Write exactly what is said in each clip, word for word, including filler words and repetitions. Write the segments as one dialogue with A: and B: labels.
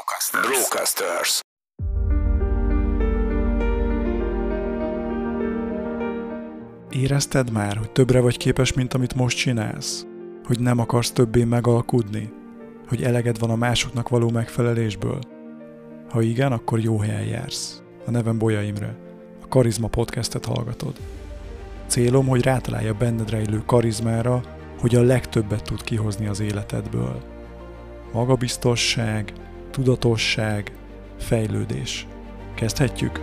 A: Brocasters. Brocasters.
B: Érezted már, hogy többre vagy képes, mint amit most csinálsz? Hogy nem akarsz többé megalkudni? Hogy eleged van a másoknak való megfelelésből? Ha igen, akkor jó helyen jársz. A nevem Bolya Imre. A Karizma podcastet hallgatod. Célom, hogy rátalálj a benned rejlő karizmára, hogy a legtöbbet tud kihozni az életedből. Magabiztosság, tudatosság, fejlődés. Kezdhetjük?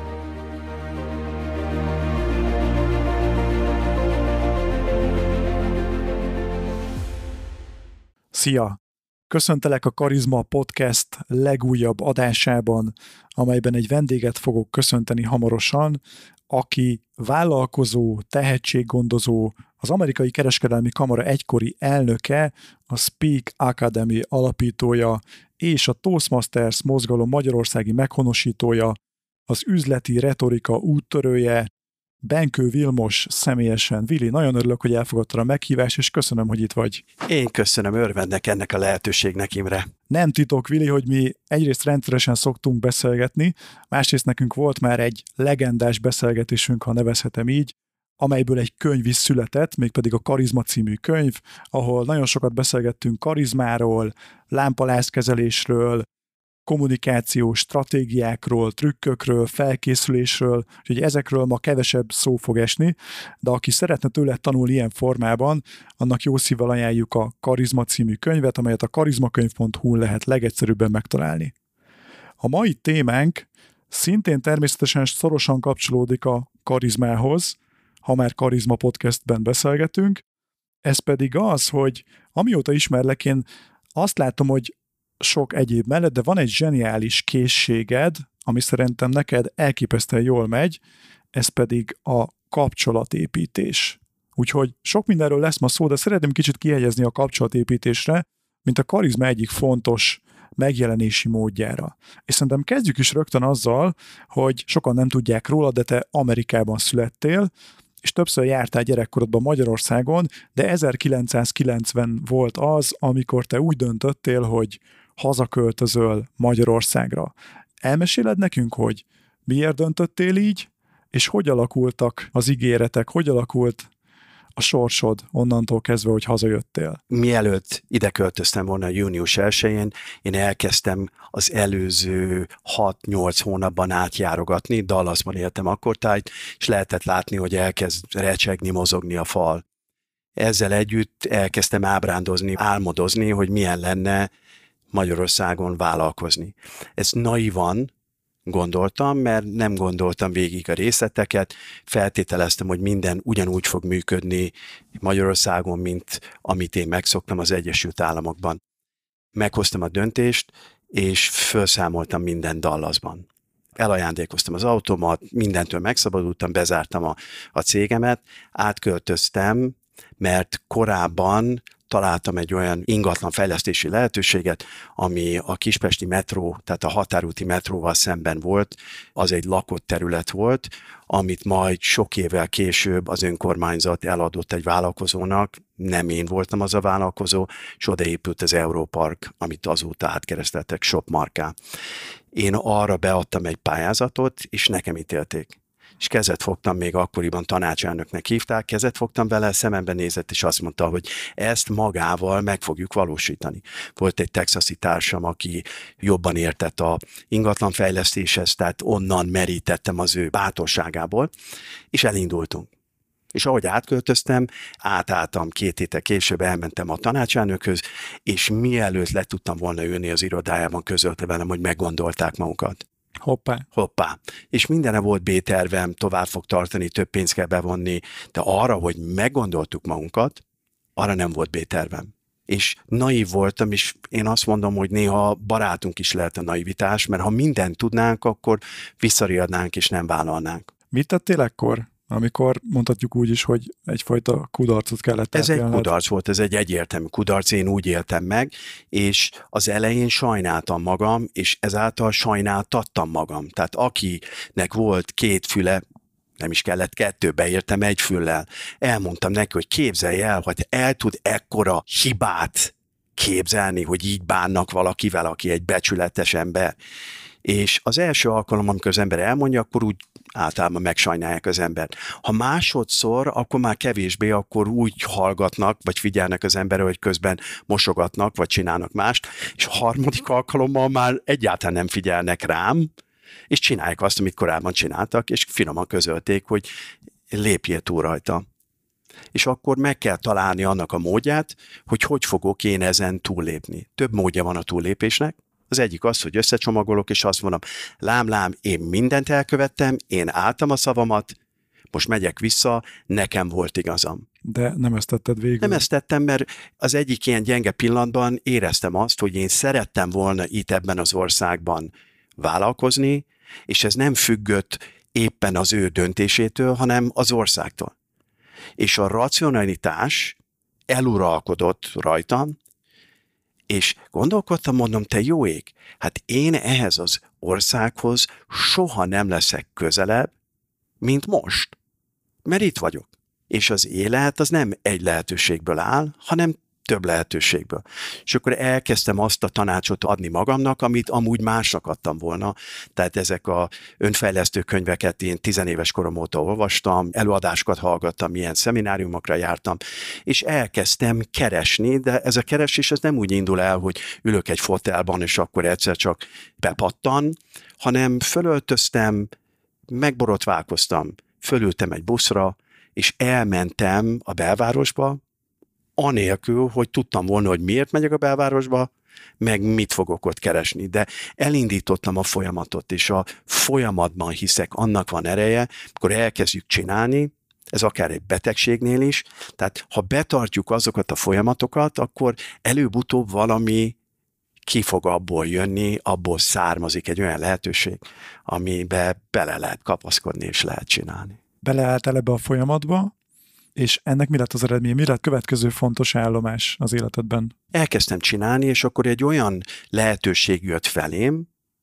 B: Szia! Köszöntelek a Karizma Podcast legújabb adásában, amelyben egy vendéget fogok köszönteni hamarosan, aki vállalkozó, tehetséggondozó, az Amerikai Kereskedelmi Kamara egykori elnöke, a Speak Academy alapítója és a Toastmasters mozgalom magyarországi meghonosítója, az üzleti retorika úttörője, Benkő Vilmos személyesen. Vili, nagyon örülök, hogy elfogadtad a meghívást, és köszönöm, hogy itt vagy.
C: Én köszönöm, örvendek ennek a lehetőségnek, Imre.
B: Nem titok, Vili, hogy mi egyrészt rendszeresen szoktunk beszélgetni, másrészt nekünk volt már egy legendás beszélgetésünk, ha nevezhetem így, amelyből egy könyv is született, mégpedig a Karizma című könyv, ahol nagyon sokat beszélgettünk karizmáról, lámpalázkezelésről, kommunikációs stratégiákról, trükkökről, felkészülésről, úgyhogy ezekről ma kevesebb szó fog esni, de aki szeretne tőle tanulni ilyen formában, annak jó szívvel ajánljuk a Karizma című könyvet, amelyet a karizmakönyv pont hu-n lehet legegyszerűbben megtalálni. A mai témánk szintén természetesen szorosan kapcsolódik a karizmához, ha már Karizma podcastben beszélgetünk, ez pedig az, hogy amióta ismerlek, én azt látom, hogy sok egyéb mellett, de van egy zseniális készséged, ami szerintem neked elképesztően jól megy, ez pedig a kapcsolatépítés. Úgyhogy sok mindenről lesz ma szó, de szeretném kicsit kihegyezni a kapcsolatépítésre, mint a karizma egyik fontos megjelenési módjára. És szerintem kezdjük is rögtön azzal, hogy sokan nem tudják róla, de te Amerikában születtél, és többször jártál gyerekkorodban Magyarországon, de ezerkilencszázkilencven volt az, amikor te úgy döntöttél, hogy hazaköltözöl Magyarországra. Elmeséled nekünk, hogy miért döntöttél így, és hogy alakultak az ígéretek, hogy alakult a sorsod onnantól kezdve, hogy hazajöttél?
C: Mielőtt ide költöztem volna június elsején, én elkezdtem az előző hat-nyolc hónapban átjárogatni, Dallasban éltem akkortájt, és lehetett látni, hogy elkezd recsegni, mozogni a fal. Ezzel együtt elkezdtem ábrándozni, álmodozni, hogy milyen lenne Magyarországon vállalkozni. Ez naivan gondoltam, mert nem gondoltam végig a részleteket, feltételeztem, hogy minden ugyanúgy fog működni Magyarországon, mint amit én megszoktam az Egyesült Államokban. Meghoztam a döntést, és felszámoltam minden Dallasban. Elajándékoztam az autómat, mindentől megszabadultam, bezártam a, a cégemet, átköltöztem, mert korábban találtam egy olyan ingatlan fejlesztési lehetőséget, ami a kispesti metró, tehát a határúti metróval szemben volt, az egy lakott terület volt, amit majd sok évvel később az önkormányzat eladott egy vállalkozónak, nem én voltam az a vállalkozó, és odaépült az Európark, amit azóta átkereszteltek Shop marká. Én arra beadtam egy pályázatot, és nekem ítélték. És kezet fogtam, még akkoriban tanácselnöknek hívták, kezet fogtam vele, szemembe nézett, és azt mondta, hogy ezt magával meg fogjuk valósítani. Volt egy texasi társam, aki jobban értett a ingatlanfejlesztéshez, tehát onnan merítettem az ő bátorságából, és elindultunk. És ahogy átköltöztem, átálltam két héttel később, elmentem a tanácselnökhöz, és mielőtt le tudtam volna ülni az irodájában, közölte velem, hogy meggondolták magukat.
B: Hoppá.
C: Hoppá. És mindenre volt B-tervem, tovább fog tartani, több pénzt kell bevonni, de arra, hogy meggondoltuk magunkat, arra nem volt B-tervem. És naív voltam, és én azt mondom, hogy néha barátunk is lehet a naivitás, mert ha mindent tudnánk, akkor visszariadnánk és nem vállalnánk.
B: Mit tettél ekkor? Amikor mondhatjuk úgy is, hogy egyfajta kudarcot kellett
C: Ez
B: átélned.
C: egy kudarc volt, ez egy egyértelmű kudarc, én úgy éltem meg, és az elején sajnáltam magam, és ezáltal sajnáltattam magam. Tehát akinek volt két füle, nem is kellett kettő, beértem egy füllel. Elmondtam neki, hogy képzelj el, hogy el tud ekkora hibát képzelni, hogy így bánnak valakivel, aki egy becsületes ember. És az első alkalom, amikor az ember elmondja, akkor úgy általában megsajnálják az embert. Ha másodszor, akkor már kevésbé, akkor úgy hallgatnak, vagy figyelnek az emberre, hogy közben mosogatnak, vagy csinálnak mást, és a harmadik alkalommal már egyáltalán nem figyelnek rám, és csinálják azt, amit korábban csináltak, és finoman közölték, hogy lépjél túl rajta. És akkor meg kell találni annak a módját, hogy hogy fogok én ezen túllépni. Több módja van a túllépésnek. Az egyik az, hogy összecsomagolok, és azt mondom, lám, lám, én mindent elkövettem, én álltam a szavamat, most megyek vissza, nekem volt igazam.
B: De nem ezt tetted végül.
C: Nem ezt tettem, mert az egyik ilyen gyenge pillanatban éreztem azt, hogy én szerettem volna itt ebben az országban vállalkozni, és ez nem függött éppen az ő döntésétől, hanem az országtól. És a racionalitás eluralkodott rajtam, és gondolkodtam, mondom, te jó ég, hát én ehhez az országhoz soha nem leszek közelebb, mint most. Mert itt vagyok. És az élet az nem egy lehetőségből áll, hanem több lehetőségből. És akkor elkezdtem azt a tanácsot adni magamnak, amit amúgy másnak adtam volna. Tehát ezek a önfejlesztő könyveket én tizenéves korom óta olvastam, előadásokat hallgattam, ilyen szemináriumokra jártam, és elkezdtem keresni, de ez a keresés ez nem úgy indul el, hogy ülök egy fotelban, és akkor egyszer csak bepattan, hanem fölöltöztem, megborotválkoztam, fölültem egy buszra, és elmentem a belvárosba, anélkül, hogy tudtam volna, hogy miért megyek a belvárosba, meg mit fogok ott keresni. De elindítottam a folyamatot, és a folyamatban hiszek, annak van ereje, akkor elkezdjük csinálni, ez akár egy betegségnél is, tehát ha betartjuk azokat a folyamatokat, akkor előbb-utóbb valami ki fog abból jönni, abból származik egy olyan lehetőség, amibe bele lehet kapaszkodni, és lehet csinálni.
B: Beleálltál ebbe a folyamatba, és ennek mi lett az eredmény? Mi lett következő fontos állomás az életedben?
C: Elkezdtem csinálni, és akkor egy olyan lehetőség jött felém,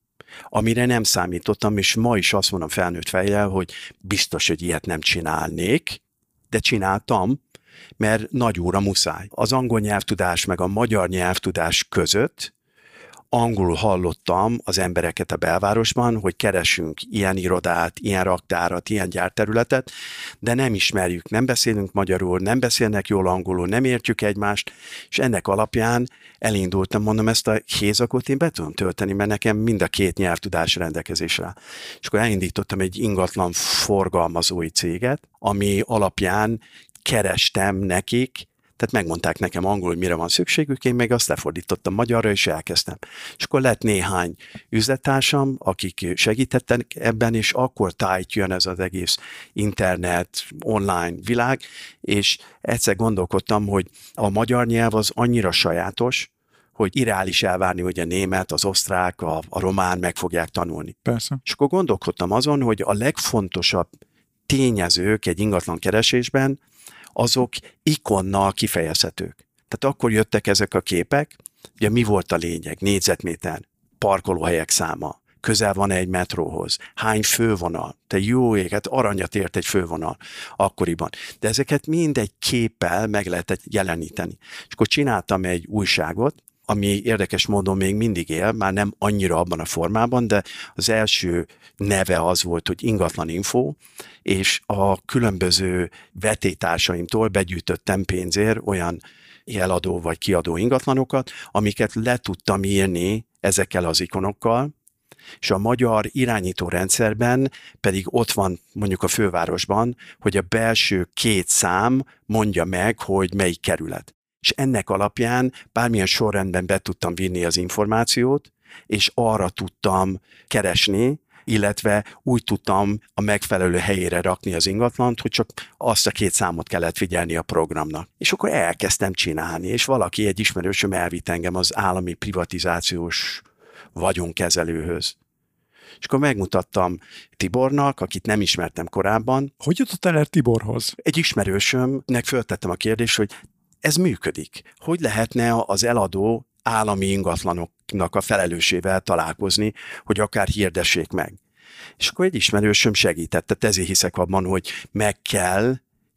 C: amire nem számítottam, és ma is azt mondom felnőtt fejjel, hogy biztos, hogy ilyet nem csinálnék, de csináltam, mert nagy óra muszáj. Az angol nyelvtudás meg a magyar nyelvtudás között angolul hallottam az embereket a belvárosban, hogy keresünk ilyen irodát, ilyen raktárat, ilyen gyárterületet, de nem ismerjük, nem beszélünk magyarul, nem beszélnek jól angolul, nem értjük egymást, és ennek alapján elindultam, mondom, ezt a hézakot én be tudom tölteni, mert nekem mind a két nyelvtudás rendelkezésre. És akkor elindítottam egy ingatlan forgalmazói céget, ami alapján kerestem nekik, tehát megmondták nekem angolul, hogy mire van szükségük, én meg azt lefordítottam magyarra, és elkezdtem. És akkor lett néhány üzlettársam, akik segítettek ebben, és akkor tájt jön ez az egész internet, online világ, és egyszer gondolkodtam, hogy a magyar nyelv az annyira sajátos, hogy irreális elvárni, hogy a német, az osztrák, a, a román meg fogják tanulni.
B: Persze.
C: És akkor gondolkodtam azon, hogy a legfontosabb tényezők egy ingatlan keresésben azok ikonnal kifejezhetők. Tehát akkor jöttek ezek a képek, ugye mi volt a lényeg? Négyzetméter, parkolóhelyek száma, közel van egy metróhoz, hány fővonal, te jó ég, hát aranyat ért egy fővonal akkoriban. De ezeket mind egy képpel meg lehetett jeleníteni. És akkor csináltam egy újságot, ami érdekes módon még mindig él, már nem annyira abban a formában, de az első neve az volt, hogy Ingatlan Info, és a különböző vetétársaimtól begyűjtöttem pénzért olyan eladó vagy kiadó ingatlanokat, amiket le tudtam írni ezekkel az ikonokkal, és a magyar irányító rendszerben pedig ott van mondjuk a fővárosban, hogy a belső két szám mondja meg, hogy melyik kerület. És ennek alapján bármilyen sorrendben be tudtam vinni az információt, és arra tudtam keresni, illetve úgy tudtam a megfelelő helyére rakni az ingatlant, hogy csak azt a két számot kellett figyelni a programnak. És akkor elkezdtem csinálni, és valaki, egy ismerősöm elvitt engem az állami privatizációs vagyonkezelőhöz. És akkor megmutattam Tibornak, akit nem ismertem korábban.
B: Hogy jutottál el Tiborhoz?
C: Egy ismerősömnek föltettem a kérdést, hogy ez működik. Hogy lehetne az eladó állami ingatlanoknak a felelősével találkozni, hogy akár hirdessék meg. És akkor egy ismerősöm segített, tehát ezért hiszek abban, hogy meg kell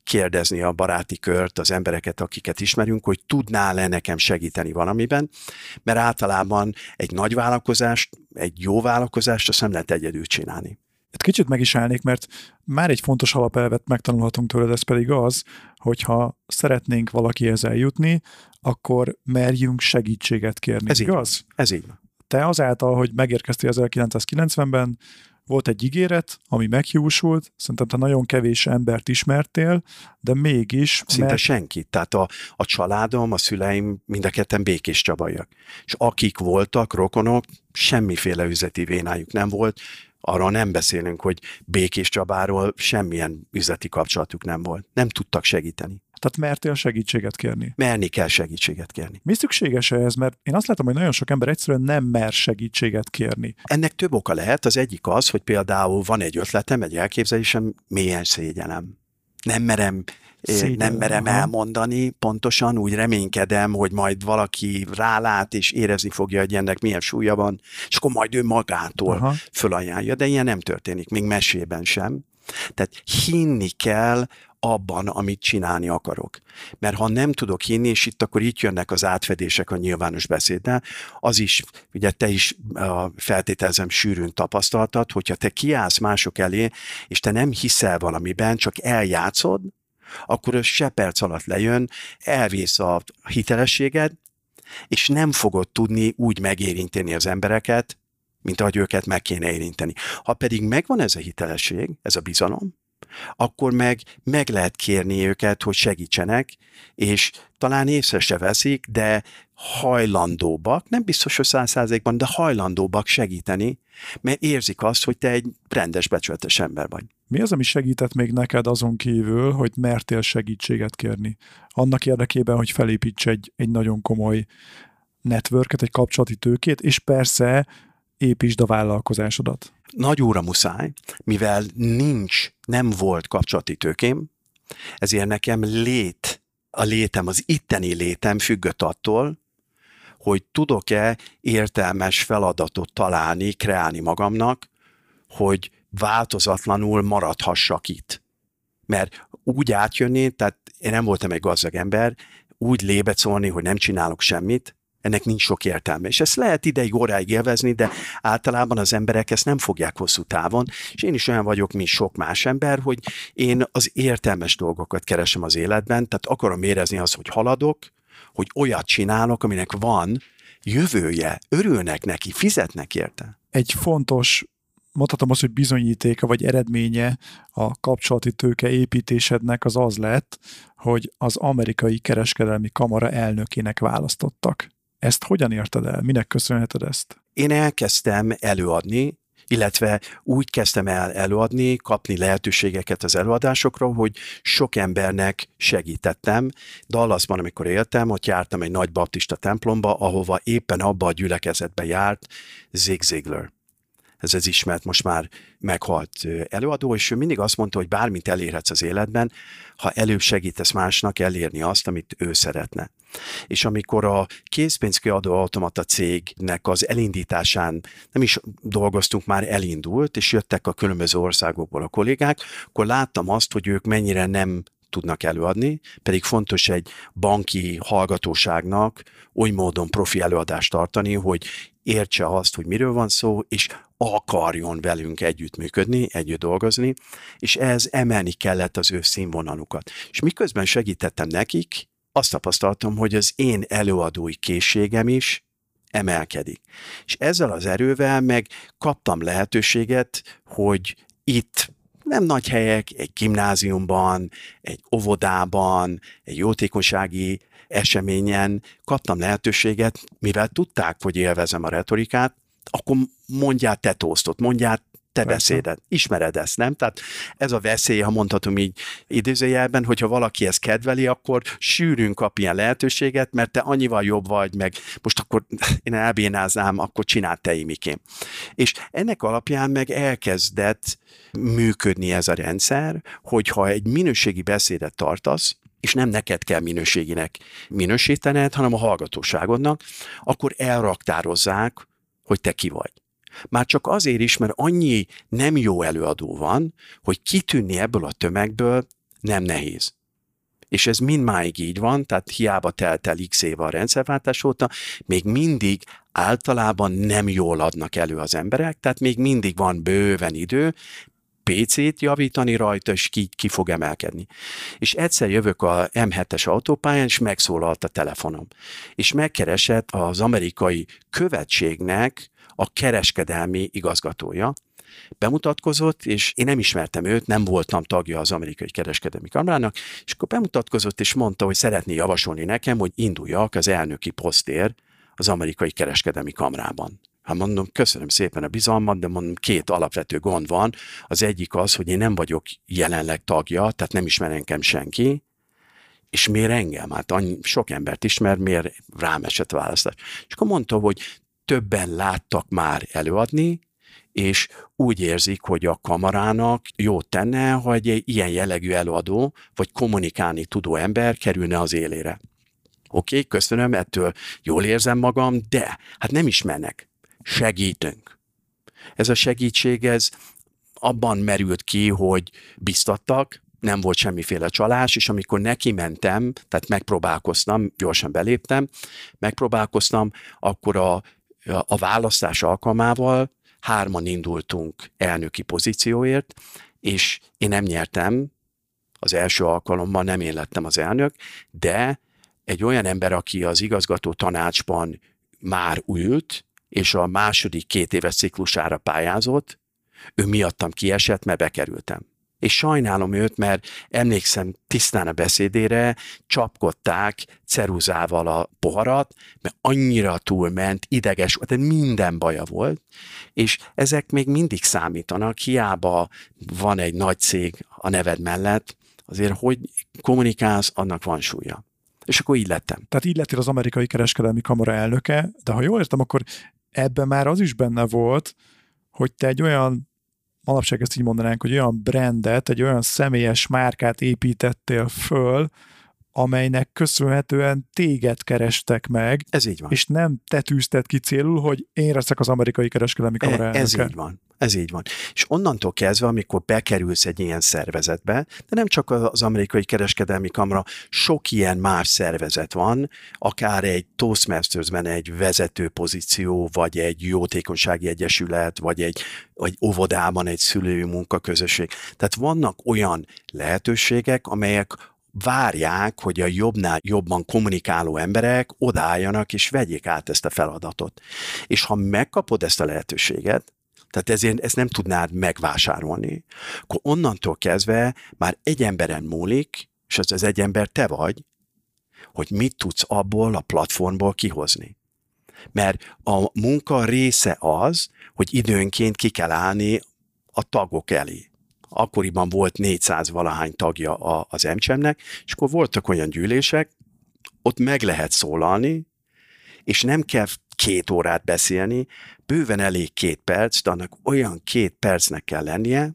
C: kérdezni a baráti kört, az embereket, akiket ismerünk, hogy tudnál-e nekem segíteni valamiben, mert általában egy nagy vállalkozást, egy jó vállalkozást azt nem lehet egyedül csinálni.
B: Itt kicsit meg is állnék, mert már egy fontos alapelvet megtanulhatunk tőled, ez pedig az, hogyha szeretnénk valakihez eljutni, akkor merjünk segítséget kérni.
C: Ez
B: igaz?
C: Így ez így van.
B: Te azáltal, hogy megérkeztél ezerkilencszázkilencvenben, volt egy ígéret, ami meghiúsult, szerintem te nagyon kevés embert ismertél, de mégis...
C: Szinte
B: mert...
C: senki. Tehát a, a családom, a szüleim mind a ketten békés csabaiak. És akik voltak, rokonok, semmiféle üzleti vénájuk nem volt, arról nem beszélünk, hogy Békés Csabáról semmilyen üzleti kapcsolatuk nem volt. Nem tudtak segíteni.
B: Tehát mertél segítséget kérni?
C: Merni kell segítséget kérni.
B: Mi szükséges ez? Mert én azt látom, hogy nagyon sok ember egyszerűen nem mer segítséget kérni.
C: Ennek több oka lehet. Az egyik az, hogy például van egy ötletem, egy elképzelésem, mélyen szégyenem. Nem merem Szégyellem, nem merem aha. elmondani, pontosan úgy reménykedem, hogy majd valaki rálát, és érezni fogja, hogy ennek milyen súlya van, és akkor majd ő magától aha. fölajánlja, de ilyen nem történik, még mesében sem. Tehát hinni kell abban, amit csinálni akarok. Mert ha nem tudok hinni, és itt akkor itt jönnek az átfedések a nyilvános beszéddel, az is, ugye te is feltételezem sűrűn tapasztaltad, hogyha te kiállsz mások elé, és te nem hiszel valamiben, csak eljátszod, akkor az se perc alatt lejön, elvész a hitelességed, és nem fogod tudni úgy megérinteni az embereket, mint ahogy őket meg kéne érinteni. Ha pedig megvan ez a hitelesség, ez a bizalom, akkor meg, meg lehet kérni őket, hogy segítsenek, és talán észre se veszik, de hajlandóbbak, nem biztos, hogy száz százalékban, de hajlandóbbak segíteni, mert érzik azt, hogy te egy rendes, becsületes ember vagy.
B: Mi az, ami segített még neked azon kívül, hogy mertél segítséget kérni? Annak érdekében, hogy felépíts egy, egy nagyon komoly networket, egy kapcsolati tőkét, és persze építsd a vállalkozásodat.
C: Nagy óra muszáj, mivel nincs, nem volt kapcsolati tőkém, ezért nekem lét, a létem, az itteni létem függött attól, hogy tudok-e értelmes feladatot találni, kreálni magamnak, hogy változatlanul maradhassak itt. Mert úgy átjönni, tehát én nem voltam egy gazdag ember, úgy lébecolni, hogy nem csinálok semmit, ennek nincs sok értelme. És ezt lehet ideig, óráig élvezni, de általában az emberek ezt nem fogják hosszú távon, és én is olyan vagyok, mint sok más ember, hogy én az értelmes dolgokat keresem az életben, tehát akarom érezni azt, hogy haladok, hogy olyat csinálok, aminek van jövője, örülnek neki, fizetnek érte.
B: Egy fontos, mondhatom azt, hogy bizonyítéka vagy eredménye a kapcsolati tőke építésednek az az lett, hogy az amerikai kereskedelmi kamara elnökének választottak. Ezt hogyan érted el? Minek köszönheted ezt?
C: Én elkezdtem előadni, illetve úgy kezdtem el előadni, kapni lehetőségeket az előadásokra, hogy sok embernek segítettem. Dallasban, amikor éltem, ott jártam egy nagy baptista templomba, ahova éppen abba a gyülekezetbe járt Zig Ziglar. Ez az ismert, most már meghalt előadó, és ő mindig azt mondta, hogy bármit elérhetsz az életben, ha előbb segítesz másnak elérni azt, amit ő szeretne. És amikor a készpénzkiadó automata cégnek az elindításán nem is dolgoztunk, már elindult, és jöttek a különböző országokból a kollégák, akkor láttam azt, hogy ők mennyire nem tudnak előadni, pedig fontos egy banki hallgatóságnak oly módon profi előadást tartani, hogy értse azt, hogy miről van szó, és akarjon velünk együttműködni, együtt dolgozni, és ez emelni kellett az ő színvonalukat. És miközben segítettem nekik, azt tapasztaltam, hogy az én előadói készségem is emelkedik. És ezzel az erővel meg kaptam lehetőséget, hogy itt nem nagy helyek, egy gimnáziumban, egy óvodában, egy jótékonysági eseményen kaptam lehetőséget, mivel tudták, hogy élvezem a retorikát, akkor mondjál te tosztot, mondjál te beszédet. Ismered ezt, nem? Tehát ez a veszély, ha mondhatom így idézőjelben, hogyha valaki ezt kedveli, akkor sűrűn kap ilyen lehetőséget, mert te annyival jobb vagy, meg most akkor én elbénáznám, akkor csináld te, Imikém. És ennek alapján meg elkezdett működni ez a rendszer, hogyha egy minőségi beszédet tartasz, és nem neked kell minőséginek minősítened, hanem a hallgatóságodnak, akkor elraktározzák, hogy te ki vagy. Már csak azért is, mert annyi nem jó előadó van, hogy kitűnni ebből a tömegből nem nehéz. És ez mindmáig így van, tehát hiába telt el x éve a rendszerváltás óta, még mindig általában nem jól adnak elő az emberek, tehát még mindig van bőven idő pé cét javítani rajta, és ki, ki fog emelkedni. És egyszer jövök a em hetes autópályán, és megszólalt a telefonom. És megkeresett az amerikai követségnek a kereskedelmi igazgatója, bemutatkozott, és én nem ismertem őt, nem voltam tagja az amerikai kereskedelmi kamarának, és akkor bemutatkozott, és mondta, hogy szeretné javasolni nekem, hogy induljak az elnöki posztért az amerikai kereskedelmi kamarában. Hát mondom, köszönöm szépen a bizalmat, de mondom, két alapvető gond van. Az egyik az, hogy én nem vagyok jelenleg tagja, tehát nem ismer engem senki, és miért engem? Hát annyi, sok embert ismer, miért rám esett választás. És akkor mondta, hogy többen láttak már előadni, és úgy érzik, hogy a kamarának jót tenne, hogy egy ilyen jellegű előadó, vagy kommunikálni tudó ember kerülne az élére. Oké, okay, köszönöm, ettől jól érzem magam, de hát nem ismernek. Segítünk. Ez a segítség, ez abban merült ki, hogy biztattak, nem volt semmiféle csalás, és amikor neki mentem, tehát megpróbálkoztam, gyorsan beléptem, megpróbálkoztam, akkor a, a választás alkalmával hárman indultunk elnöki pozícióért, és én nem nyertem, az első alkalommal nem én lettem az elnök, de egy olyan ember, aki az igazgató tanácsban már ült, és a második két éves ciklusára pályázott, ő miattam kiesett, mert bekerültem. És sajnálom őt, mert emlékszem tisztán a beszédére, csapkodták ceruzával a poharat, mert annyira túlment, ideges volt, tehát minden baja volt, és ezek még mindig számítanak, hiába van egy nagy cég a neved mellett, azért hogy kommunikálsz, annak van súlya. És akkor így lettem.
B: Tehát így lettél az amerikai kereskedelmi kamara elnöke, de ha jól értem, akkor ebben már az is benne volt, hogy te egy olyan, manapság ezt így mondanánk, hogy olyan brandet, egy olyan személyes márkát építettél föl, amelynek köszönhetően téged kerestek meg.
C: Ez így van.
B: És nem te tűzted ki célul, hogy én leszek az amerikai kereskedelmi kamara elnöke.
C: Ez így van. Ez így van. És onnantól kezdve, amikor bekerülsz egy ilyen szervezetbe, de nem csak az amerikai kereskedelmi kamara, sok ilyen más szervezet van, akár egy Toastmastersben egy vezető pozíció, vagy egy jótékonysági egyesület, vagy egy, egy óvodában egy szülői munkaközösség. Tehát vannak olyan lehetőségek, amelyek várják, hogy a jobbnál jobban kommunikáló emberek odaálljanak és vegyék át ezt a feladatot. És ha megkapod ezt a lehetőséget, tehát ezért ezt nem tudnád megvásárolni, akkor onnantól kezdve már egy emberen múlik, és az az egy ember te vagy, hogy mit tudsz abból a platformból kihozni. Mert a munka része az, hogy időnként ki kell állni a tagok elé. Akkoriban volt négyszáz valahány tagja az em csemnek, és akkor voltak olyan gyűlések, ott meg lehet szólalni, és nem kell két órát beszélni, bőven elég két perc, de annak olyan két percnek kell lennie,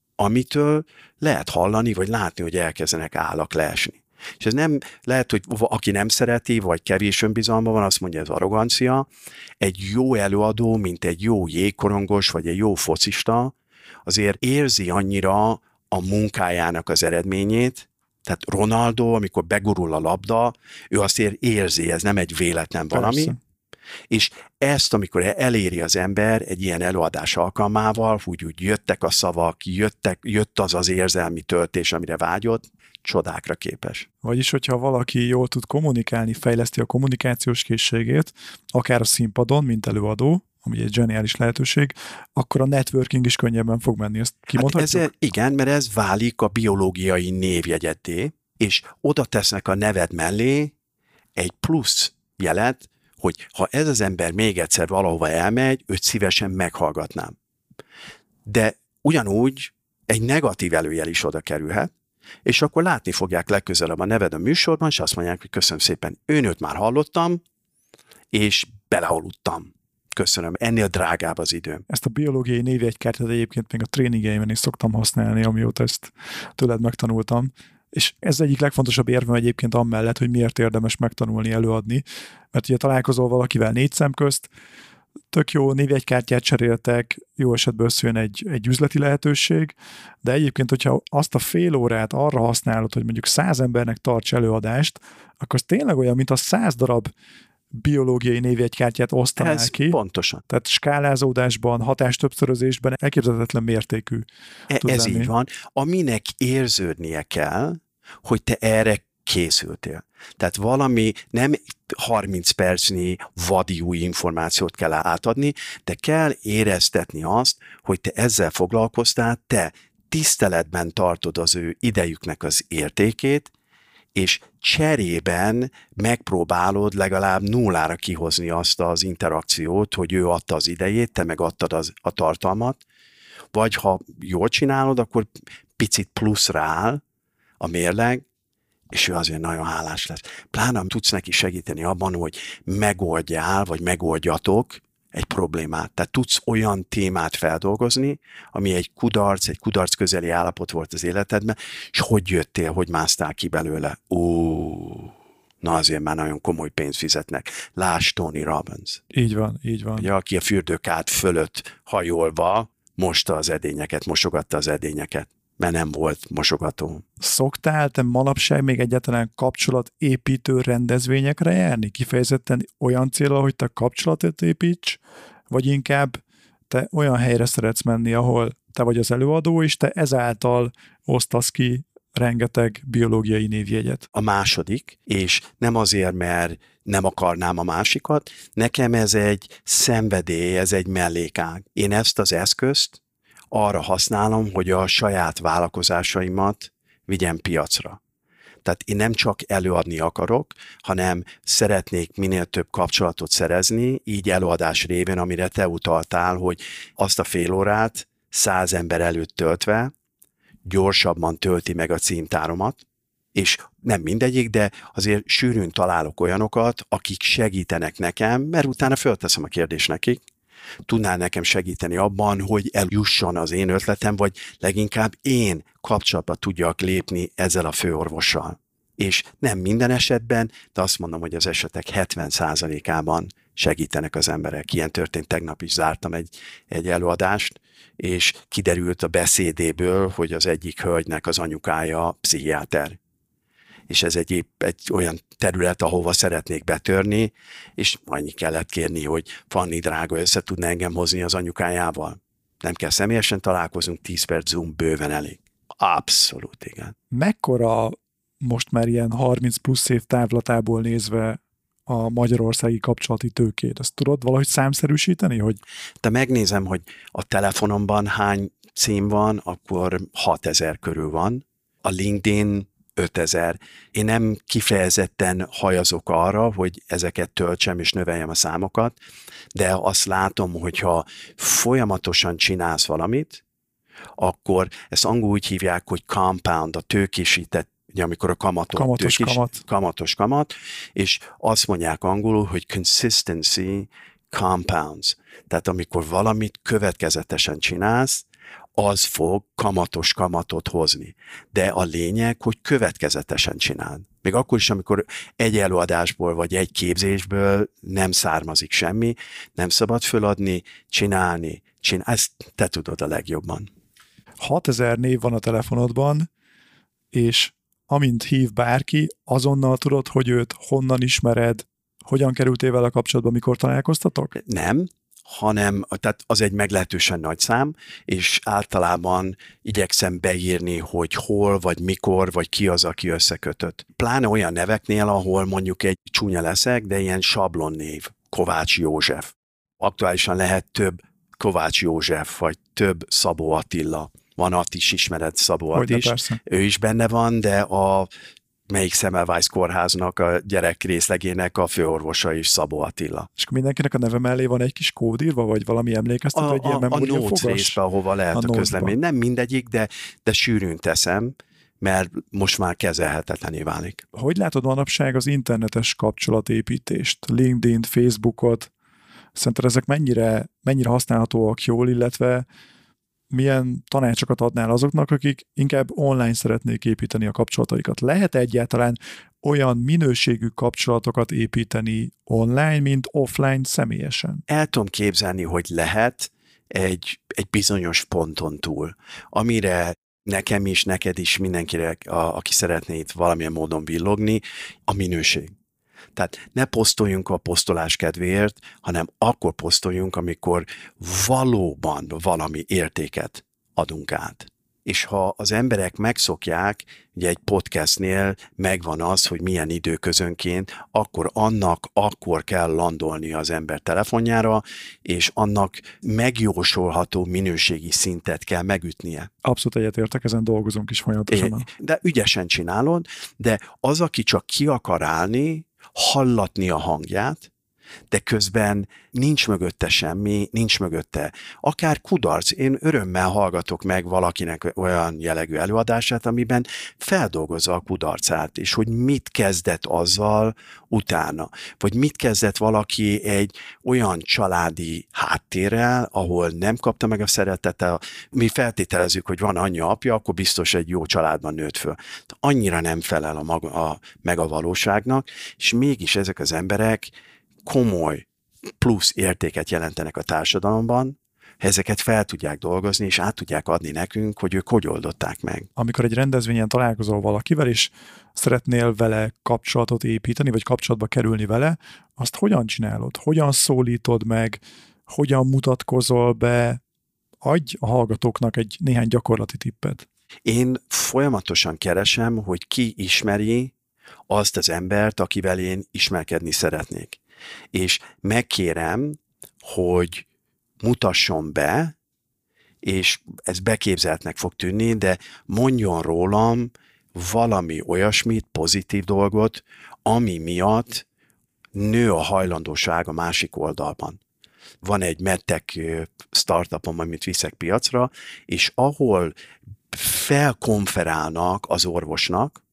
C: amitől lehet hallani, vagy látni, hogy elkezdenek állak leesni. És ez nem, lehet, hogy aki nem szereti, vagy kevés önbizalma van, azt mondja, ez arrogancia. Egy jó előadó, mint egy jó jégkorongos, vagy egy jó focista, azért érzi annyira a munkájának az eredményét, tehát Ronaldo, amikor begurul a labda, ő azért érzi, ez nem egy véletlen valami. Persze. És ezt, amikor eléri az ember egy ilyen előadás alkalmával, úgy, úgy jöttek a szavak, jöttek, jött az az érzelmi töltés, amire vágyott, csodákra képes.
B: Vagyis, hogyha valaki jól tud kommunikálni, fejleszti a kommunikációs készségét, akár a színpadon, mint előadó, ami egy zseniális lehetőség, akkor a networking is könnyebben fog menni. Ezt kimondhatjuk?
C: Hát ez, igen, mert ez válik a biológiai névjegyeddé, és oda tesznek a neved mellé egy plusz jelet, hogy ha ez az ember még egyszer valahova elmegy, őt szívesen meghallgatnám. De ugyanúgy egy negatív előjel is oda kerülhet, és akkor látni fogják legközelebb a neved a műsorban, és azt mondják, hogy köszönöm szépen, őnőt már hallottam, és belealudtam. Köszönöm, ennél drágább az időm.
B: Ezt a biológiai névjegykártyát egyébként még a tréningeimben is szoktam használni, amióta ezt tőled megtanultam. És ez egyik legfontosabb érvem egyébként amellett, hogy miért érdemes megtanulni előadni. Mert ugye találkozol valakivel négy szem közt, tök jó, névjegykártyát cseréltek, jó esetben összejön egy, egy üzleti lehetőség, de egyébként, hogyha azt a fél órát arra használod, hogy mondjuk száz embernek tarts előadást, akkor az tényleg olyan, mint a száz darab biológiai névjegykártyát osztanál
C: Ez
B: ki.
C: pontosan.
B: Tehát skálázódásban, hatástöbbszörözésben elképzelhetetlen mértékű.
C: E- ez
B: lenni.
C: így van. Aminek érződnie kell, hogy te erre készültél. Tehát valami nem harminc percnyi vadi új információt kell átadni, de kell éreztetni azt, hogy te ezzel foglalkoztál, te tiszteletben tartod az ő idejüknek az értékét, és cserében megpróbálod legalább nullára kihozni azt az interakciót, hogy ő adta az idejét, te meg adtad az, a tartalmat, vagy ha jól csinálod, akkor picit pluszra áll a mérleg, és ő azért nagyon hálás lesz. Pláne tudsz neki segíteni abban, hogy megoldjál, vagy megoldjatok egy problémát. Tehát tudsz olyan témát feldolgozni, ami egy kudarc, egy kudarc közeli állapot volt az életedben, és hogy jöttél, hogy másztál ki belőle. Ó, na azért már nagyon komoly pénzt fizetnek. Lásd Tony Robbins.
B: Így van, így van.
C: Ugye, aki a fürdőkád fölött hajolva mosta az edényeket, mosogatta az edényeket, mert nem volt mosogató.
B: Szoktál te manapság még egyáltalán kapcsolatépítő rendezvényekre járni? Kifejezetten olyan célra, hogy te kapcsolatot építs, vagy inkább te olyan helyre szeretsz menni, ahol te vagy az előadó, és te ezáltal osztasz ki rengeteg biológiai névjegyet.
C: A második, és nem azért, mert nem akarnám a másikat, nekem ez egy szenvedély, ez egy mellékág. Én ezt az eszközt arra használom, hogy a saját vállalkozásaimat vigyem piacra. Tehát én nem csak előadni akarok, hanem szeretnék minél több kapcsolatot szerezni, így előadás révén, amire te utaltál, hogy azt a fél órát száz ember előtt töltve gyorsabban tölti meg a címtáromat, és nem mindegyik, de azért sűrűn találok olyanokat, akik segítenek nekem, mert utána fölteszem a kérdést nekik, tudnál nekem segíteni abban, hogy eljusson az én ötletem, vagy leginkább én kapcsolatba tudjak lépni ezzel a főorvossal. És nem minden esetben, de azt mondom, hogy az esetek hetven százalékában segítenek az emberek. Ilyen történt, tegnap is zártam egy, egy előadást, és kiderült a beszédéből, hogy az egyik hölgynek az anyukája pszichiáter. És ez egy, épp egy olyan terület, ahova szeretnék betörni, és annyi kellett kérni, hogy Fanni drága, össze tudna engem hozni az anyukájával. Nem kell személyesen találkozunk, tíz perc Zoom bőven elég. Abszolút, igen.
B: Mekkora most már ilyen harminc plusz év távlatából nézve a magyarországi kapcsolati tőkét? Ezt tudod valahogy számszerűsíteni? Hogy...
C: Te megnézem, hogy a telefonomban hány cím van, akkor hatezer körül van. A LinkedIn ötezer. Én nem kifejezetten hajazok arra, hogy ezeket töltsem és növeljem a számokat, de azt látom, hogyha folyamatosan csinálsz valamit, akkor ezt angolul úgy hívják, hogy compound, a tőkésített, ugye amikor a kamatot,
B: kamatos
C: tőkés,
B: kamat.
C: kamatos kamat, és azt mondják angolul, hogy consistency compounds. Tehát amikor valamit következetesen csinálsz, az fog kamatos kamatot hozni. De a lényeg, hogy következetesen csináld. Még akkor is, amikor egy előadásból vagy egy képzésből nem származik semmi, nem szabad föladni, csinálni, csinálni. Ezt te tudod a legjobban.
B: hatezer név van a telefonodban, és amint hív bárki, azonnal tudod, hogy őt honnan ismered, hogyan kerültél vele kapcsolatba, mikor találkoztatok?
C: Nem, hanem tehát az egy meglehetősen nagy szám, és általában igyekszem beírni, hogy hol, vagy mikor, vagy ki az, aki összekötött. Pláne olyan neveknél, ahol mondjuk egy csúnya leszek, de ilyen sablonnév, Kovács József. Aktuálisan lehet több Kovács József, vagy több Szabó Attila. Van Attis, ismered Szabó Attis. Ő is benne van, de a melyik Semmelweis kórháznak a gyerek részlegének a főorvosa is Szabó Attila.
B: És akkor mindenkinek a neve mellé van egy kis kódírva, vagy valami emlékeztető,
C: a,
B: egy ilyen memóriafogas?
C: A notes részbe, ahova lehet a, a közlemény. Nem mindegyik, de, de sűrűn teszem, mert most már kezelhetetlené válik.
B: Hogy látod manapság az internetes kapcsolatépítést? LinkedIn, Facebookot? Szerinted ezek mennyire, mennyire használhatóak jól, illetve milyen tanácsokat adnál azoknak, akik inkább online szeretnék építeni a kapcsolataikat? Lehet egyáltalán olyan minőségű kapcsolatokat építeni online, mint offline személyesen?
C: El tudom képzelni, hogy lehet egy, egy bizonyos ponton túl, amire nekem is, neked is, mindenkire, a, aki szeretné itt valamilyen módon villogni, a minőség. Tehát ne posztoljunk a posztolás kedvéért, hanem akkor posztoljunk, amikor valóban valami értéket adunk át. És ha az emberek megszokják, ugye egy podcastnél megvan az, hogy milyen időközönként, akkor annak akkor kell landolni az ember telefonjára, és annak megjósolható minőségi szintet kell megütnie.
B: Abszolút egyetértek, ezen dolgozunk is folyamatosan.
C: De ügyesen csinálod, de az, aki csak ki akar állni, hallatni a hangját, de közben nincs mögötte semmi, nincs mögötte. Akár kudarc, én örömmel hallgatok meg valakinek olyan jellegű előadását, amiben feldolgozza a kudarcát, és hogy mit kezdett azzal utána. Vagy mit kezdett valaki egy olyan családi háttérrel, ahol nem kapta meg a szeretetet. Mi feltételezzük, hogy van anyja, apja, akkor biztos egy jó családban nőtt föl. Annyira nem felel a maga, a, meg a valóságnak, és mégis ezek az emberek komoly plusz értéket jelentenek a társadalomban, ezeket fel tudják dolgozni, és át tudják adni nekünk, hogy ők hogy oldották meg.
B: Amikor egy rendezvényen találkozol valakivel, és szeretnél vele kapcsolatot építeni, vagy kapcsolatba kerülni vele, azt hogyan csinálod? Hogyan szólítod meg? Hogyan mutatkozol be? Adj a hallgatóknak egy néhány gyakorlati tippet.
C: Én folyamatosan keresem, hogy ki ismeri azt az embert, akivel én ismerkedni szeretnék. És megkérem, hogy mutasson be, és ez beképzeltnek fog tűnni, de mondjon rólam valami olyasmit, pozitív dolgot, ami miatt nő a hajlandóság a másik oldalban. Van egy medtech startupom, amit viszek piacra, és ahol felkonferálnak az orvosnak,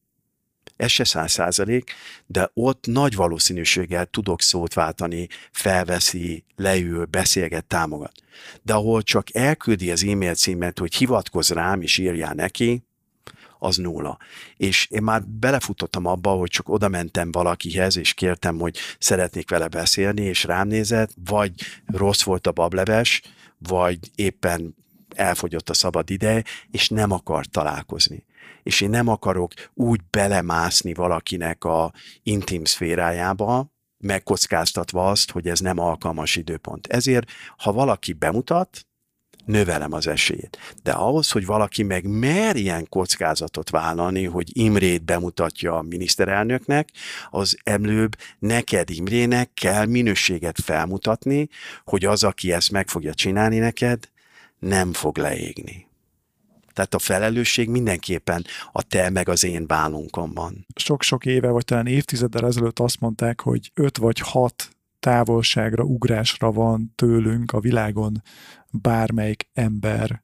C: ez se száz százalék, de ott nagy valószínűséggel tudok szót váltani, felveszi, leül, beszélget, támogat. De ahol csak elküldi az e-mail címet, hogy hivatkozz rám és írjál neki, az nulla. És én már belefutottam abba, hogy csak oda mentem valakihez, és kértem, hogy szeretnék vele beszélni, és rám nézett, vagy rossz volt a bableves, vagy éppen elfogyott a szabad ideje, és nem akar találkozni. És én nem akarok úgy belemászni valakinek a intim szférájába, megkockáztatva azt, hogy ez nem alkalmas időpont. Ezért, ha valaki bemutat, növelem az esélyét. De ahhoz, hogy valaki meg mer ilyen kockázatot vállalni, hogy Imrét bemutatja a miniszterelnöknek, az előbb neked, Imrének kell minőséget felmutatni, hogy az, aki ezt meg fogja csinálni neked, nem fog leégni. Tehát a felelősség mindenképpen a te meg az én vállunkon van.
B: Sok-sok éve, vagy talán évtizeddel ezelőtt azt mondták, hogy öt vagy hat távolságra, ugrásra van tőlünk a világon bármelyik ember.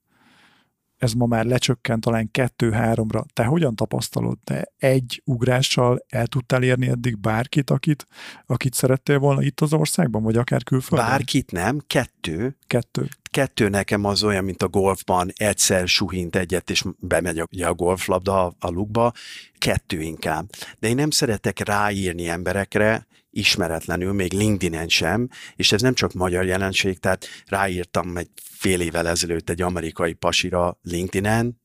B: Ez ma már lecsökkent talán kettő-háromra. Te hogyan tapasztalod? Te egy ugrással el tudtál érni eddig bárkit, akit, akit szerettél volna itt az országban, vagy akár külföldön?
C: Bárkit nem, kettő.
B: Kettő.
C: Kettő nekem az olyan, mint a golfban, egyszer suhint egyet, és bemegy a, a golflabda a lukba, kettő inkább. De én nem szeretek ráírni emberekre, ismeretlenül, még LinkedIn-en sem, és ez nem csak magyar jelenség, tehát ráírtam egy fél évvel ezelőtt egy amerikai pasira LinkedIn-en,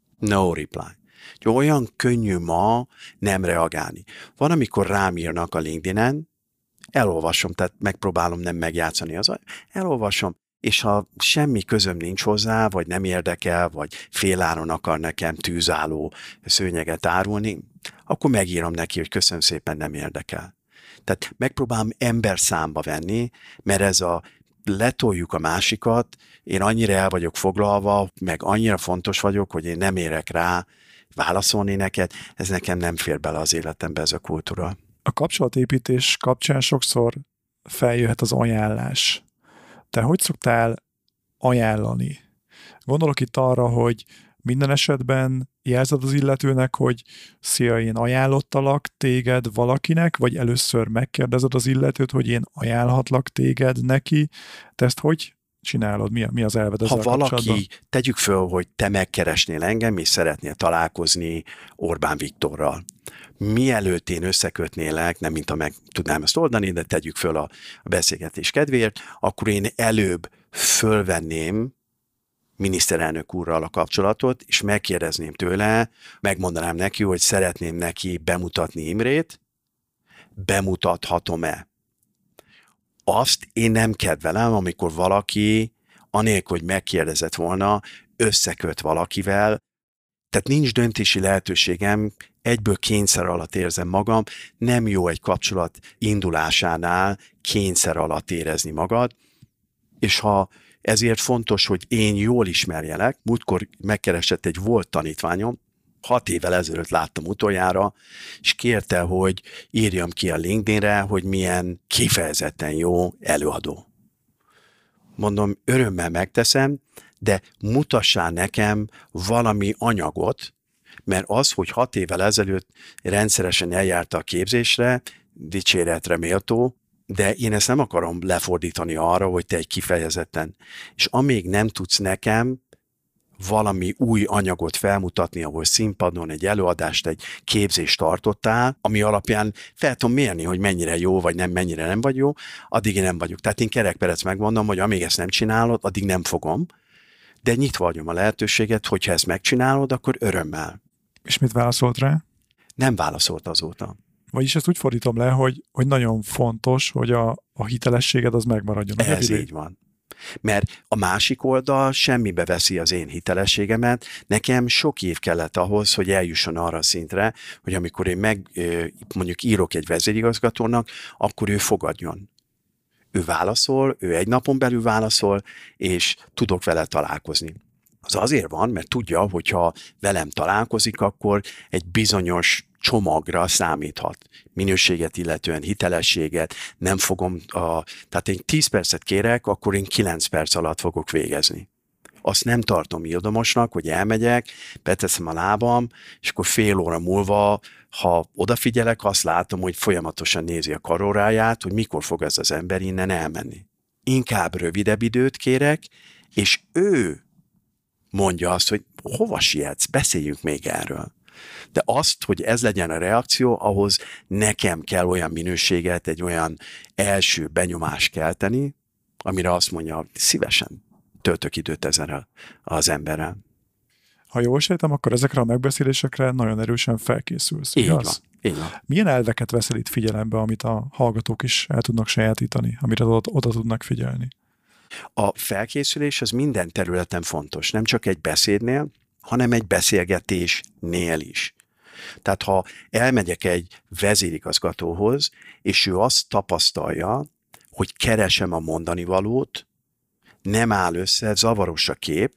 C: no reply. Olyan könnyű ma nem reagálni. Van, amikor rám írnak a LinkedIn-en, elolvasom, tehát megpróbálom nem megjátszani az, elolvasom, és ha semmi közöm nincs hozzá, vagy nem érdekel, vagy féláron akar nekem tűzálló szőnyeget árulni, akkor megírom neki, hogy köszönöm szépen, nem érdekel. Tehát megpróbálom ember számba venni, mert ez a letoljuk a másikat, én annyira el vagyok foglalva, meg annyira fontos vagyok, hogy én nem érek rá válaszolni neked, ez nekem nem fér bele az életembe ez a kultúra.
B: A kapcsolatépítés kapcsán sokszor feljöhet az ajánlás. Te hogy szoktál ajánlani? Gondolok itt arra, hogy minden esetben jelzed az illetőnek, hogy szia, én ajánlottalak téged valakinek, vagy először megkérdezed az illetőt, hogy én ajánlhatlak téged neki. Te ezt hogy csinálod? Mi, mi az elved ezzel
C: Ha valaki, tegyük föl, hogy te megkeresnél engem, és szeretnél találkozni Orbán Viktorral. Mielőtt én összekötnélek, nem mint ha meg tudnám ezt oldani, de tegyük föl a, a beszélgetés kedvéért, akkor én előbb fölvenném miniszterelnök úrral a kapcsolatot, és megkérdezném tőle, megmondanám neki, hogy szeretném neki bemutatni Imrét, bemutathatom-e. Azt én nem kedvelem, amikor valaki, anélkül, hogy megkérdezett volna, összeköt valakivel, tehát nincs döntési lehetőségem, egyből kényszer alatt érzem magam, nem jó egy kapcsolat indulásánál kényszer alatt érezni magad, és ha ezért fontos, hogy én jól ismerjelek, múltkor megkeresett egy volt tanítványom, hat évvel ezelőtt láttam utoljára, és kérte, hogy írjam ki a LinkedInre, hogy milyen kifejezetten jó előadó. Mondom, örömmel megteszem, de mutassál nekem valami anyagot, mert az, hogy hat évvel ezelőtt rendszeresen eljárta a képzésre, dicséretre méltó, de én ezt nem akarom lefordítani arra, hogy te egy kifejezetten. És amíg nem tudsz nekem valami új anyagot felmutatni, ahol színpadon egy előadást, egy képzést tartottál, ami alapján fel tudom mérni, hogy mennyire jó, vagy nem, mennyire nem vagy jó, addig én nem vagyok. Tehát én kerekperec megmondom, hogy amíg ezt nem csinálod, addig nem fogom, de nyitva vagyom a lehetőséget, hogyha ezt megcsinálod, akkor örömmel.
B: És mit válaszolt rá?
C: Nem válaszolt azóta.
B: Vagyis ezt úgy fordítom le, hogy, hogy nagyon fontos, hogy a, a hitelességed az megmaradjon.
C: Ez így van. Mert a másik oldal semmibe veszi az én hitelességemet. Nekem sok év kellett ahhoz, hogy eljusson arra a szintre, hogy amikor én meg mondjuk írok egy vezérigazgatónak, akkor ő fogadjon. Ő válaszol, ő egy napon belül válaszol, és tudok vele találkozni. Az azért van, mert tudja, hogyha velem találkozik, akkor egy bizonyos csomagra számíthat. Minőséget illetően, hitelességet, nem fogom, a, tehát én tíz percet kérek, akkor én kilenc perc alatt fogok végezni. Azt nem tartom ildomosnak, hogy elmegyek, beteszem a lábam, és akkor fél óra múlva, ha odafigyelek, azt látom, hogy folyamatosan nézi a karóráját, hogy mikor fog ez az ember innen elmenni. Inkább rövidebb időt kérek, és ő mondja azt, hogy hova sietsz, beszéljünk még erről. De azt, hogy ez legyen a reakció, ahhoz nekem kell olyan minőséget, egy olyan első benyomást kelteni, amire azt mondja, szívesen töltök időt ezzel az emberrel.
B: Ha jól sejtem, akkor ezekre a megbeszélésekre nagyon erősen felkészülsz.
C: Így
B: igaz?
C: van, így van.
B: Milyen elveket veszel itt figyelembe, amit a hallgatók is el tudnak sajátítani, amire oda, oda tudnak figyelni?
C: A felkészülés az minden területen fontos, nem csak egy beszédnél, hanem egy beszélgetésnél is. Tehát ha elmegyek egy vezérigazgatóhoz, és ő azt tapasztalja, hogy keresem a mondani valót, nem áll össze, zavaros a kép,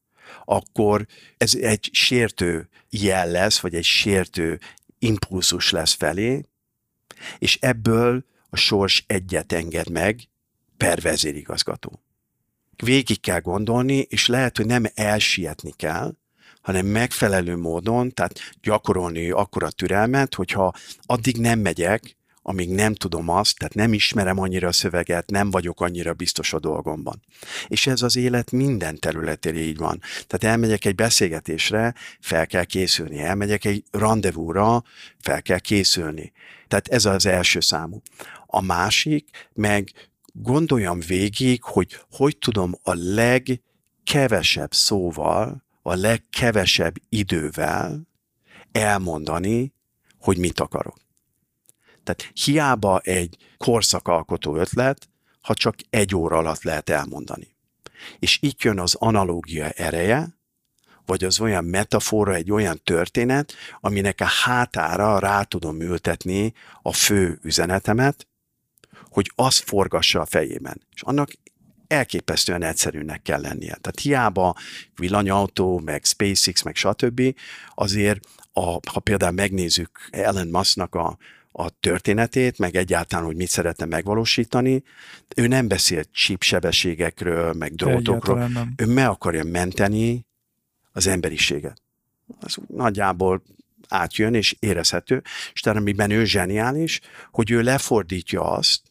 C: akkor ez egy sértő jel lesz, vagy egy sértő impulzus lesz felé, és ebből a sors egyet enged meg per vezérigazgató. Végig kell gondolni, és lehet, hogy nem elsietni kell, hanem megfelelő módon, tehát gyakorolni akkora türelmet, hogyha addig nem megyek, amíg nem tudom azt, tehát nem ismerem annyira a szöveget, nem vagyok annyira biztos a dolgomban. És ez az élet minden területén így van. Tehát elmegyek egy beszélgetésre, fel kell készülni. Elmegyek egy randevúra, fel kell készülni. Tehát ez az első számú. A másik, meg gondoljam végig, hogy hogy tudom a legkevesebb szóval, a legkevesebb idővel elmondani, hogy mit akarok. Tehát hiába egy korszakalkotó ötlet, ha csak egy óra alatt lehet elmondani. És itt jön az analógia ereje, vagy az olyan metafora, egy olyan történet, aminek a hátára rá tudom ültetni a fő üzenetemet, hogy az forgassa a fejében. És annak elképesztően egyszerűnek kell lennie. Tehát hiába villanyautó, meg SpaceX, meg stb. Azért, a, ha például megnézzük Elon Musknak a, a történetét, meg egyáltalán, hogy mit szeretne megvalósítani, ő nem beszélt csípsebességekről, meg drótokról. Ő meg akarja menteni az emberiséget. Az nagyjából átjön és érezhető, és talán amiben ő zseniális, hogy ő lefordítja azt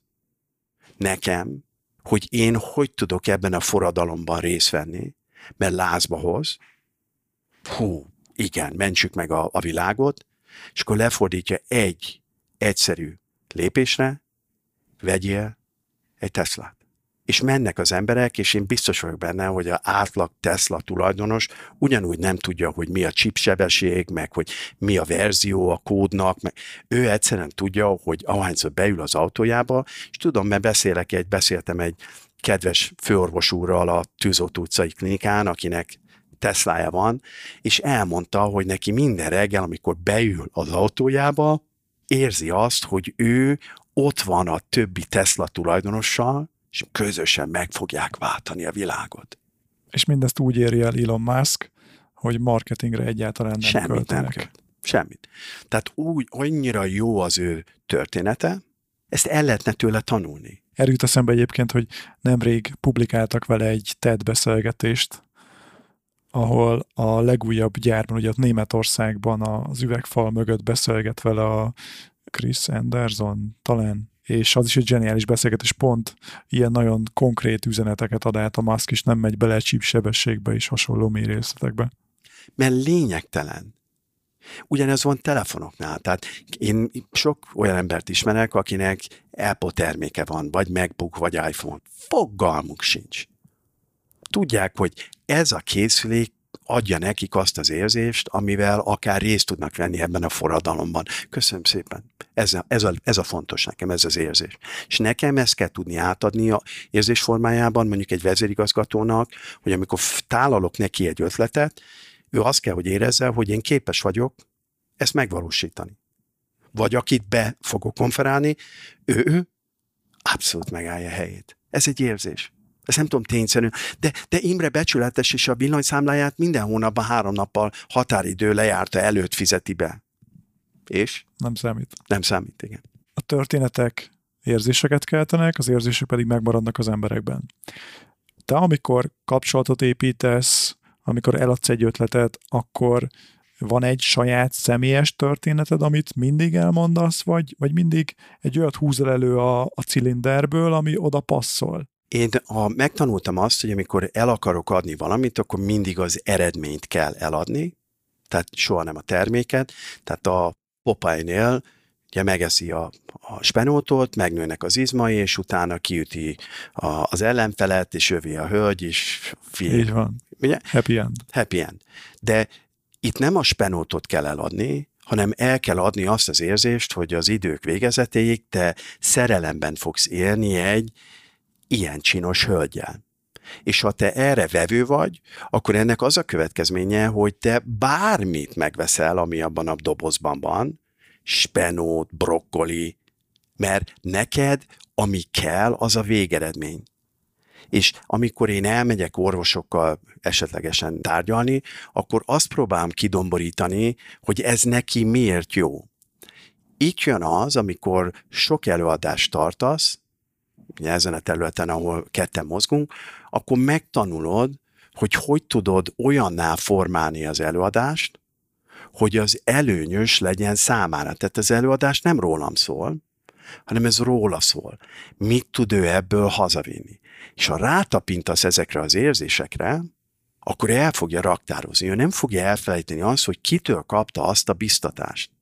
C: nekem, hogy én hogy tudok ebben a forradalomban részt venni, mert lázba hoz, hú, igen, mentsük meg a, a világot, és akkor lefordítja egy egyszerű lépésre, vegyél egy Teslát. És mennek az emberek, és én biztos vagyok benne, hogy az átlag Tesla tulajdonos ugyanúgy nem tudja, hogy mi a chipsebesség, meg hogy mi a verzió a kódnak, meg ő egyszerűen tudja, hogy ahányszor beül az autójába, és tudom, mert beszélek egy, beszéltem egy kedves főorvos úrral a Tűzoltó utcai klinikán, akinek Teslája van, és elmondta, hogy neki minden reggel, amikor beül az autójába, érzi azt, hogy ő ott van a többi Tesla tulajdonossal, és közösen meg fogják váltani a világot.
B: És mindezt úgy éri el Elon Musk, hogy marketingre egyáltalán nem
C: Semmit
B: költenek.
C: nem költ. Semmit. Tehát úgy, annyira jó az ő története, ezt el lehetne tőle tanulni.
B: Erről jut eszembe egyébként, hogy nemrég publikáltak vele egy TED beszélgetést, ahol a legújabb gyárban, ugye ott Németországban az üvegfal mögött beszélget vele a Chris Anderson talán, és az is egy zseniális beszélgetés, pont ilyen nagyon konkrét üzeneteket ad át a Musk, és nem megy bele csípsebességbe és hasonló mély részletekbe.
C: Mert lényegtelen. Ugyanez van telefonoknál. Tehát én sok olyan embert ismerek, akinek Apple terméke van, vagy MacBook, vagy iPhone. Fogalmuk sincs. Tudják, hogy ez a készülék adja nekik azt az érzést, amivel akár részt tudnak venni ebben a forradalomban. Köszönöm szépen. Ez a, ez, a, ez a fontos nekem, ez az érzés. És nekem ezt kell tudni átadni a érzés formájában, mondjuk egy vezérigazgatónak, hogy amikor tálalok neki egy ötletet, ő azt kell, hogy érezze, hogy én képes vagyok ezt megvalósítani. Vagy akit be fogok konferálni, ő, ő abszolút megállja a helyét. Ez egy érzés. Ezt nem tudom tényszerű, de, de Imre becsületes, és a villanyszámláját minden hónapban három nappal határidő lejárta előtt fizeti be. És?
B: Nem számít.
C: Nem számít, igen.
B: A történetek érzéseket keltenek, az érzések pedig megmaradnak az emberekben. Te amikor kapcsolatot építesz, amikor eladsz egy ötletet, akkor van egy saját személyes történeted, amit mindig elmondasz, vagy, vagy mindig egy olyat húzol elő a, a cilinderből, ami oda passzol?
C: Én a, megtanultam azt, hogy amikor el akarok adni valamit, akkor mindig az eredményt kell eladni, tehát soha nem a terméket. Tehát a Popeye-nél ugye megeszi a, a spenótot, megnőnek az izmai, és utána kiüti a, az ellenfelet, és övé a hölgy, és film.
B: Így van.
C: Ugye?
B: Happy end.
C: Happy end. De itt nem a spenótot kell eladni, hanem el kell adni azt az érzést, hogy az idők végezetéig te szerelemben fogsz élni egy ilyen csinos hölgyel. És ha te erre vevő vagy, akkor ennek az a következménye, hogy te bármit megveszel, ami abban a dobozban van, spenót, brokkoli, mert neked, ami kell, az a végeredmény. És amikor én elmegyek orvosokkal esetlegesen tárgyalni, akkor azt próbálom kidomborítani, hogy ez neki miért jó. Itt jön az, amikor sok előadást tartasz, ugye ezen a területen, ahol ketten mozgunk, akkor megtanulod, hogy hogy tudod olyanná formálni az előadást, hogy az előnyös legyen számára. Tehát az előadás nem rólam szól, hanem ez róla szól. Mit tud ő ebből hazavinni? És ha rátapintasz ezekre az érzésekre, akkor el fogja raktározni. Ő nem fogja elfelejteni azt, hogy kitől kapta azt a biztatást.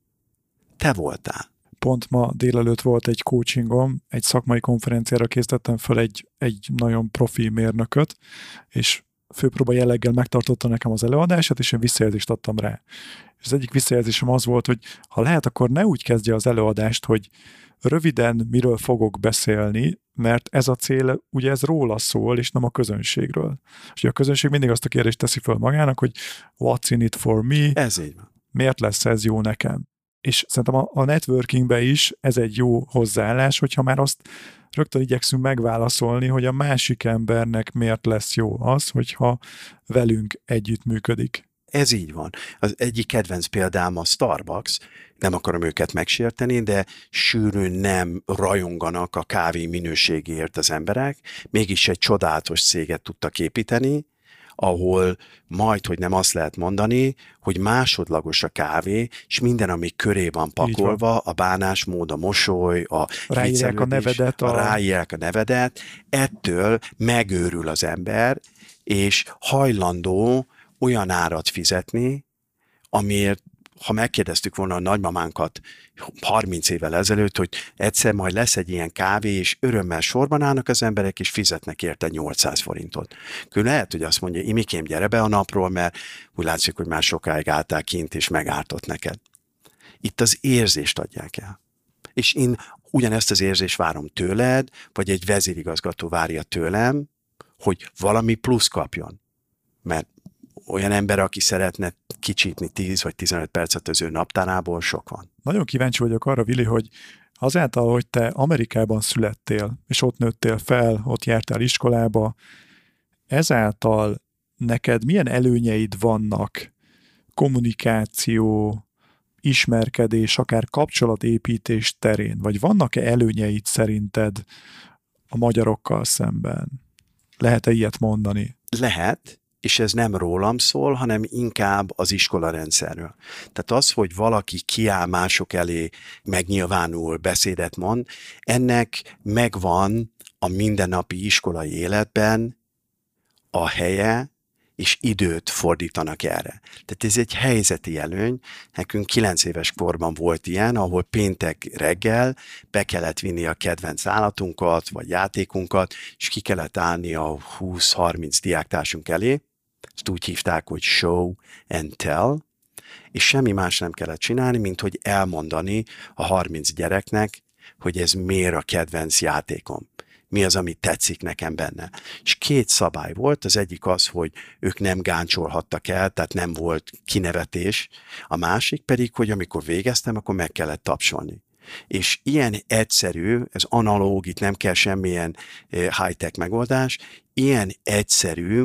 C: Te voltál.
B: Pont ma délelőtt volt egy coachingom, egy szakmai konferenciára készítettem fel egy, egy nagyon profi mérnököt, és főpróba jelleggel megtartotta nekem az előadását, és én visszajelzést adtam rá. És az egyik visszajelzésem az volt, hogy ha lehet, akkor ne úgy kezdje az előadást, hogy röviden miről fogok beszélni, mert ez a cél, ugye ez róla szól, és nem a közönségről. És a közönség mindig azt a kérdést teszi föl magának, hogy what's in it for me?
C: Ez így van.
B: Miért lesz ez jó nekem? És szerintem a, a networkingben is ez egy jó hozzáállás, hogyha már azt rögtön igyekszünk megválaszolni, hogy a másik embernek miért lesz jó az, hogyha velünk együttműködik.
C: Ez így van. Az egyik kedvenc példám a Starbucks, nem akarom őket megsérteni, de sűrűn nem rajonganak a kávé minőségéért az emberek, mégis egy csodálatos céget tudtak építeni, ahol majd, hogy nem azt lehet mondani, hogy másodlagos a kávé, és minden, ami köré van pakolva, a bánásmód, a mosoly, a
B: ráírják a nevedet,
C: a... ráírják a nevedet, ettől megőrül az ember, és hajlandó olyan árat fizetni, amiért ha megkérdeztük volna a nagymamánkat harminc évvel ezelőtt, hogy egyszer majd lesz egy ilyen kávé, és örömmel sorban állnak az emberek, és fizetnek érte nyolcszáz forintot. Külön lehet, hogy azt mondja, Imikém, gyere be a napról, mert úgy látszik, hogy már sokáig álltál kint, és megártott neked. Itt az érzést adják el. És én ugyanezt az érzést várom tőled, vagy egy vezérigazgató várja tőlem, hogy valami plusz kapjon. Mert olyan ember, aki szeretne kicsípni tíz vagy tizenöt percet az ő naptárából, sok van.
B: Nagyon kíváncsi vagyok arra, Vili, hogy azáltal, hogy te Amerikában születtél, és ott nőttél fel, ott jártál iskolába, ezáltal neked milyen előnyeid vannak kommunikáció, ismerkedés, akár kapcsolatépítés terén? Vagy vannak-e előnyeid szerinted a magyarokkal szemben? Lehet-e ilyet mondani?
C: Lehet, és ez nem rólam szól, hanem inkább az iskolarendszerről. Tehát az, hogy valaki kiáll mások elé, megnyilvánul, beszédet mond, ennek megvan a mindennapi iskolai életben a helye, és időt fordítanak erre. Tehát ez egy helyzeti előny. Nekünk kilenc éves korban volt ilyen, ahol péntek reggel be kellett vinni a kedvenc állatunkat, vagy játékunkat, és ki kellett állni a húsz-harminc diáktársunk elé. Ezt úgy hívták, hogy show and tell, és semmi más nem kellett csinálni, mint hogy elmondani a harminc gyereknek, hogy ez miért a kedvenc játékom. Mi az, ami tetszik nekem benne. És két szabály volt, az egyik az, hogy ők nem gáncsolhattak el, tehát nem volt kinevetés, a másik pedig, hogy amikor végeztem, akkor meg kellett tapsolni. És ilyen egyszerű, ez analóg, itt nem kell semmilyen high-tech megoldás, ilyen egyszerű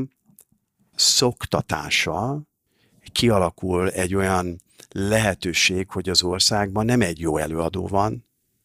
C: szoktatással kialakul egy olyan lehetőség, hogy az országban nem egy jó előadó van,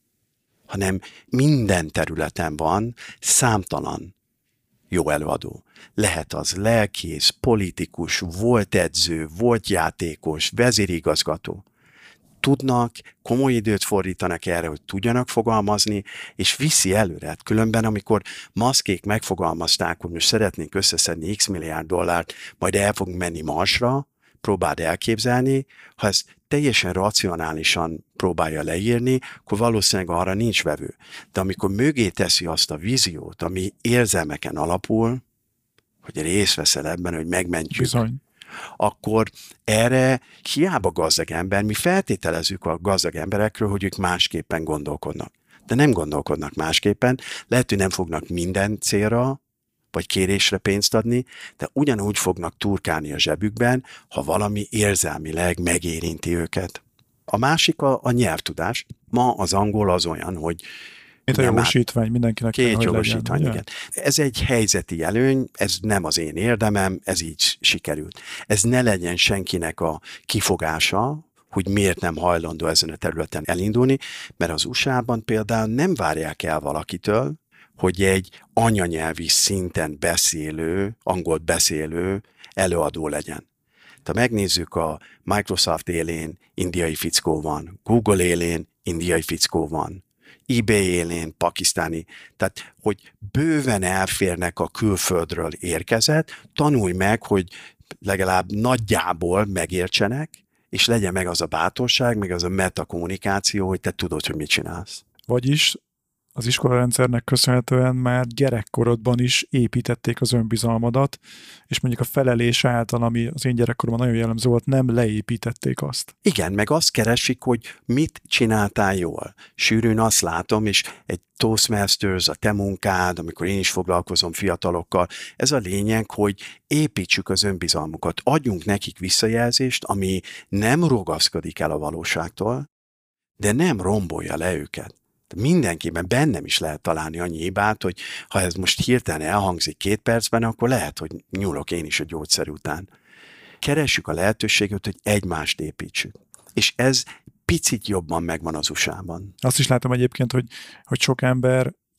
C: hanem minden területen van számtalan jó előadó. Lehet az lelkész, politikus, volt edző, volt játékos, vezérigazgató. Tudnak, komoly időt fordítanak erre, hogy tudjanak fogalmazni, és viszi előre. Különben, amikor maszkék megfogalmazták, hogy most szeretnénk összeszedni x milliárd dollárt, majd el fogunk menni Marsra, próbáld elképzelni, ha ez teljesen racionálisan próbálja leírni, akkor valószínűleg arra nincs vevő. De amikor mögé teszi azt a víziót, ami érzelmeken alapul, hogy részt veszel ebben, hogy megmentjük,
B: Bizony.
C: akkor erre hiába gazdag ember, mi feltételezzük a gazdag emberekről, hogy ők másképpen gondolkodnak. De nem gondolkodnak másképpen, lehet, hogy nem fognak minden célra, vagy kérésre pénzt adni, de ugyanúgy fognak turkálni a zsebükben, ha valami érzelmileg megérinti őket. A másik a, a nyelvtudás. Ma az angol az olyan, hogy
B: Mint a jogosítvány, mindenkinek
C: két
B: kell,
C: jogosítvány, igen. Ez egy helyzeti előny, ez nem az én érdemem, ez így sikerült. Ez ne legyen senkinek a kifogása, hogy miért nem hajlandó ezen a területen elindulni, mert az u es á-ban például nem várják el valakitől, hogy egy anyanyelvi szinten beszélő, angolt beszélő előadó legyen. Ha megnézzük, a Microsoft élén indiai fickó van, Google élén indiai fickó van, eBay élén pakisztáni, tehát hogy bőven elférnek a külföldről érkezett, tanulj meg, hogy legalább nagyjából megértsenek, és legyen meg az a bátorság, meg az a metakommunikáció, hogy te tudod, hogy mit csinálsz.
B: Vagyis az iskolarendszernek köszönhetően már gyerekkorodban is építették az önbizalmadat, és mondjuk a felelés által, ami az én gyerekkoromban nagyon jellemző volt, nem leépítették azt.
C: Igen, meg azt keresik, hogy mit csináltál jól. Sűrűn azt látom, és egy Toastmasters, a te munkád, amikor én is foglalkozom fiatalokkal, ez a lényeg, hogy építsük az önbizalmukat, adjunk nekik visszajelzést, ami nem rugaszkodik el a valóságtól, de nem rombolja le őket. Mindenkiben bennem is lehet találni annyi hibát, hogy ha ez most hirtelen elhangzik két percben, akkor lehet, hogy nyúlok én is a gyógyszer után. Keressük a lehetőséget, hogy egymást építsük. És ez picit jobban megvan az u es á-ban.
B: Azt is látom egyébként, hogy, hogy sok ember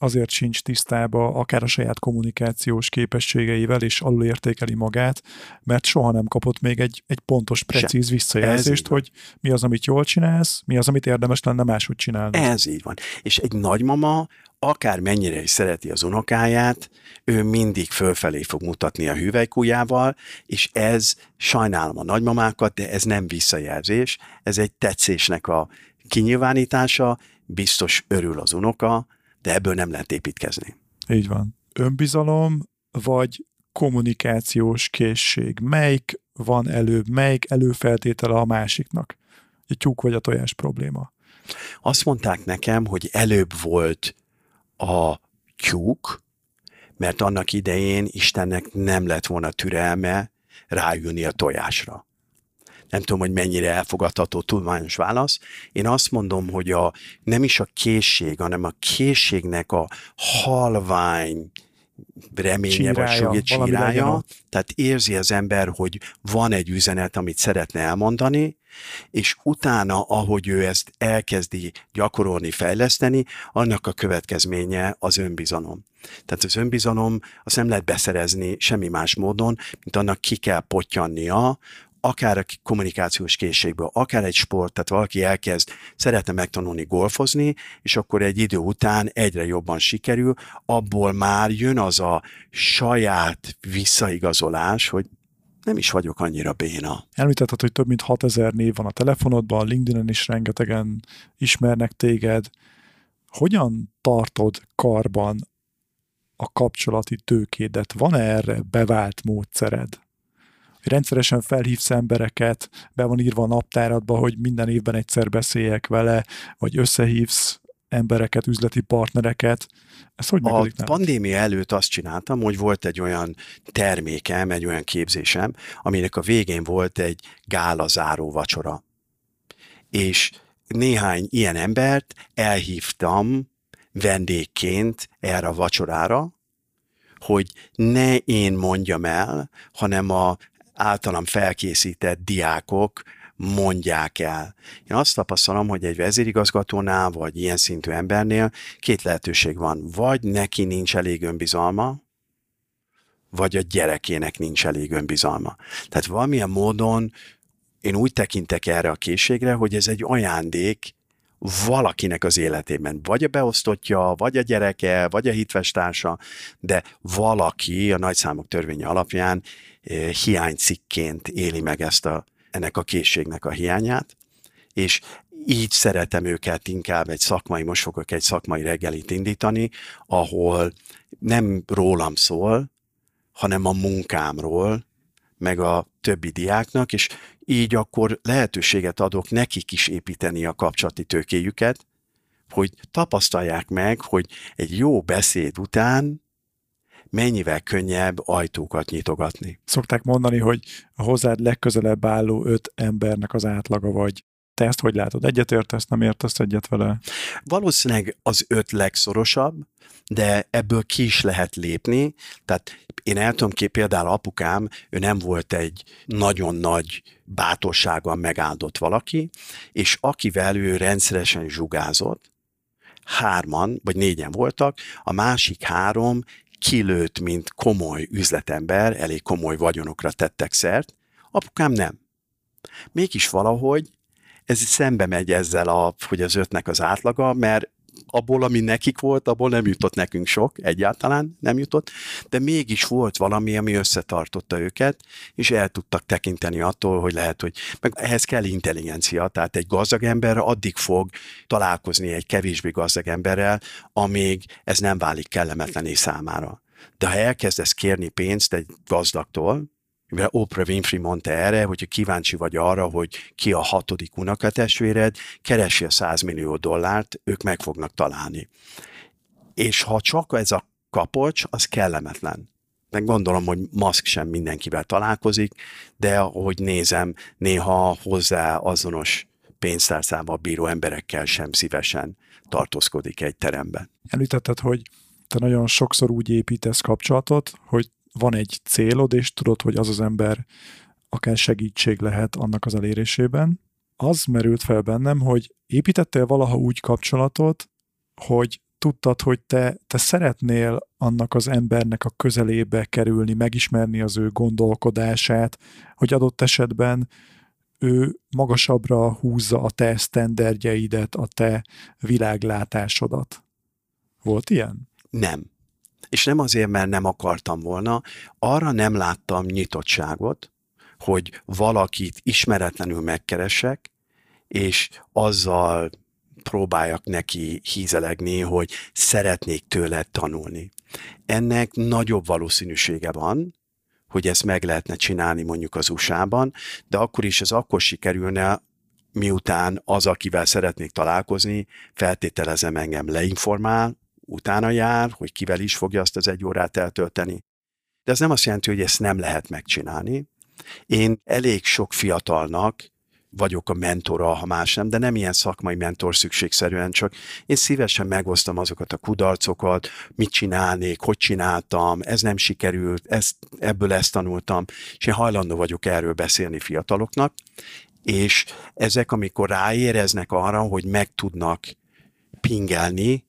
B: azért sincs tisztába akár a saját kommunikációs képességeivel, és alulértékeli magát, mert soha nem kapott még egy, egy pontos, precíz Se. visszajelzést, hogy mi az, amit jól csinálsz, mi az, amit érdemes lenne máshogy csinálni.
C: Ez így van. És egy nagymama akár mennyire is szereti az unokáját, ő mindig fölfelé fog mutatni a hüvelykujjával, és ez, sajnálom a nagymamákat, de ez nem visszajelzés, ez egy tetszésnek a kinyilvánítása, biztos örül az unoka, de ebből nem lehet építkezni.
B: Így van. Önbizalom vagy kommunikációs készség? Melyik van előbb, melyik előfeltétele a másiknak? A tyúk vagy a tojás probléma?
C: Azt mondták nekem, hogy előbb volt a tyúk, mert annak idején Istennek nem lett volna türelme ráülni a tojásra. Nem tudom, hogy mennyire elfogadható tudományos válasz. Én azt mondom, hogy a, nem is a készség, hanem a készségnek a halvány reménye, vagy súlya, csírája. Tehát érzi az ember, hogy van egy üzenet, amit szeretne elmondani, és utána, ahogy ő ezt elkezdi gyakorolni, fejleszteni, annak a következménye az önbizalom. Tehát az önbizalom azt nem lehet beszerezni semmi más módon, mint annak ki kell pottyannia, akár a kommunikációs készségből, akár egy sport, tehát valaki elkezd, szeretne megtanulni golfozni, és akkor egy idő után egyre jobban sikerül, abból már jön az a saját visszaigazolás, hogy nem is vagyok annyira béna.
B: Említetted, hogy több mint hatezer név van a telefonodban, LinkedIn-en is rengetegen ismernek téged. Hogyan tartod karban a kapcsolati tőkédet? Van-e erre bevált módszered? Rendszeresen felhívsz embereket, be van írva a naptáradba, hogy minden évben egyszer beszéljek vele, vagy összehívsz embereket, üzleti partnereket. Ez hogy működik?
C: A pandémia előtt azt csináltam, hogy volt egy olyan termékem, egy olyan képzésem, aminek a végén volt egy gála záró vacsora. És néhány ilyen embert elhívtam vendégként erre a vacsorára, hogy ne én mondjam el, hanem a általam felkészített diákok mondják el. Én azt tapasztalom, hogy egy vezérigazgatónál, vagy ilyen szintű embernél két lehetőség van. Vagy neki nincs elég önbizalma, vagy a gyerekének nincs elég önbizalma. Tehát valamilyen módon én úgy tekintek erre a készségre, hogy ez egy ajándék valakinek az életében. Vagy a beosztottja, vagy a gyereke, vagy a hitvestársa, de valaki a nagyszámok törvénye alapján eh, hiánycikként éli meg ezt a, ennek a készségnek a hiányát, és így szeretem őket inkább egy szakmai, most fogok egy szakmai reggelit indítani, ahol nem rólam szól, hanem a munkámról, meg a többi diáknak, és így akkor lehetőséget adok nekik is építeni a kapcsolati tőkéjüket, hogy tapasztalják meg, hogy egy jó beszéd után mennyivel könnyebb ajtókat nyitogatni.
B: Szokták mondani, hogy a hozzád legközelebb álló öt embernek az átlaga vagy. Te ezt hogy látod? Egyet értesz, nem értesz egyet vele?
C: Valószínűleg az öt legszorosabb, de ebből ki is lehet lépni. Tehát én el tudom képzelni, például apukám, ő nem volt egy nagyon nagy bátorsággal megáldott valaki, és akivel ő rendszeresen zsugázott, hárman, vagy négyen voltak, a másik három kilőtt, mint komoly üzletember, elég komoly vagyonokra tettek szert, apukám nem. Mégis valahogy ez szembe megy ezzel, a, hogy az ötnek az átlaga, mert abból, ami nekik volt, abból nem jutott nekünk sok, egyáltalán nem jutott, de mégis volt valami, ami összetartotta őket, és el tudtak tekinteni attól, hogy lehet, hogy meg ehhez kell intelligencia, tehát egy gazdag ember addig fog találkozni egy kevésbé gazdag emberrel, amíg ez nem válik kellemetlené számára. De ha elkezdesz kérni pénzt egy gazdagtól, mivel Oprah Winfrey mondta erre, hogyha kíváncsi vagy arra, hogy ki a hatodik unokatestvéred, keresi a száz millió dollárt, ők meg fognak találni. És ha csak ez a kapocs, az kellemetlen. Meg gondolom, hogy Musk sem mindenkivel találkozik, de ahogy nézem, néha hozzá azonos pénztárcával bíró emberekkel sem szívesen tartózkodik egy teremben.
B: Említetted, hogy te nagyon sokszor úgy építesz kapcsolatot, hogy van egy célod, és tudod, hogy az az ember akár segítség lehet annak az elérésében. Az merült fel bennem, hogy építettél valaha úgy kapcsolatot, hogy tudtad, hogy te, te szeretnél annak az embernek a közelébe kerülni, megismerni az ő gondolkodását, hogy adott esetben ő magasabbra húzza a te sztenderdjeidet, a te világlátásodat. Volt ilyen?
C: Nem. És nem azért, mert nem akartam volna, arra nem láttam nyitottságot, hogy valakit ismeretlenül megkeresek, és azzal próbáljak neki hízelegni, hogy szeretnék tőle tanulni. Ennek nagyobb valószínűsége van, hogy ezt meg lehetne csinálni mondjuk az u es á-ban, de akkor is ez akkor sikerülne, miután az, akivel szeretnék találkozni, feltételezem engem leinformál, utána jár, hogy kivel is fogja azt az egy órát eltölteni. De ez nem azt jelenti, hogy ezt nem lehet megcsinálni. Én elég sok fiatalnak vagyok a mentora, ha más nem, de nem ilyen szakmai mentor szükségszerűen, csak én szívesen megosztom azokat a kudarcokat, mit csinálnék, hogy csináltam, ez nem sikerült, ezt, ebből ezt tanultam, és én hajlandó vagyok erről beszélni fiataloknak, és ezek, amikor ráéreznek arra, hogy meg tudnak pingelni,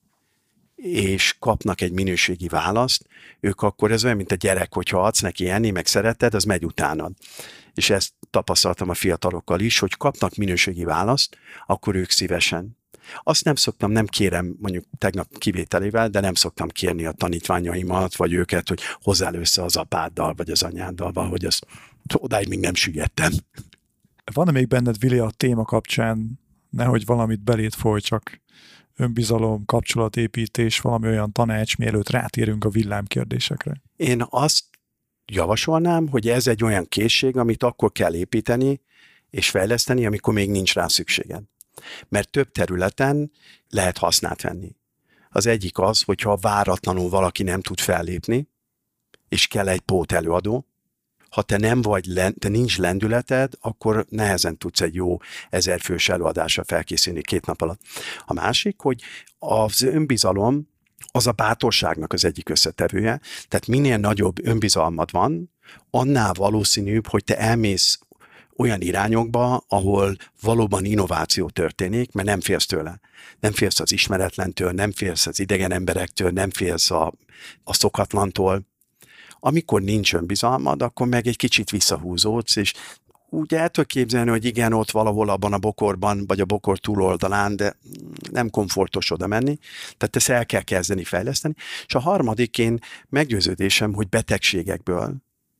C: és kapnak egy minőségi választ, ők akkor ez olyan, mint a gyerek, hogyha adsz neki enni, meg szereted, az megy utánad. És ezt tapasztaltam a fiatalokkal is, hogy kapnak minőségi választ, akkor ők szívesen. Azt nem szoktam, nem kérem, mondjuk tegnap kivételével, de nem szoktam kérni a tanítványaimat, vagy őket, hogy hozzál össze az apáddal, vagy az anyáddal, valahogy azt odáig még nem süllyedtem.
B: Van-e még benned, Vili, a téma kapcsán, nehogy valamit beléd folytsak, önbizalom, kapcsolatépítés, valami olyan tanács, mielőtt rátérünk a villámkérdésekre?
C: Én azt javasolnám, hogy ez egy olyan készség, amit akkor kell építeni és fejleszteni, amikor még nincs rá szükséged. Mert több területen lehet hasznát venni. Az egyik az, hogyha váratlanul valaki nem tud fellépni, és kell egy pót előadó. Ha te nem vagy, te nincs lendületed, akkor nehezen tudsz egy jó ezerfős előadásra felkészülni két nap alatt. A másik, hogy az önbizalom az a bátorságnak az egyik összetevője, tehát minél nagyobb önbizalmad van, annál valószínűbb, hogy te elmész olyan irányokba, ahol valóban innováció történik, mert nem félsz tőle. Nem félsz az ismeretlentől, nem félsz az idegen emberektől, nem félsz a, a szokatlantól. Amikor nincs önbizalmad, akkor meg egy kicsit visszahúzódsz, és úgy el tudod képzelni, hogy igen, ott valahol abban a bokorban, vagy a bokor túloldalán, de nem komfortos oda menni. Tehát ezt el kell kezdeni fejleszteni. És a harmadik, én meggyőződésem, hogy betegségekből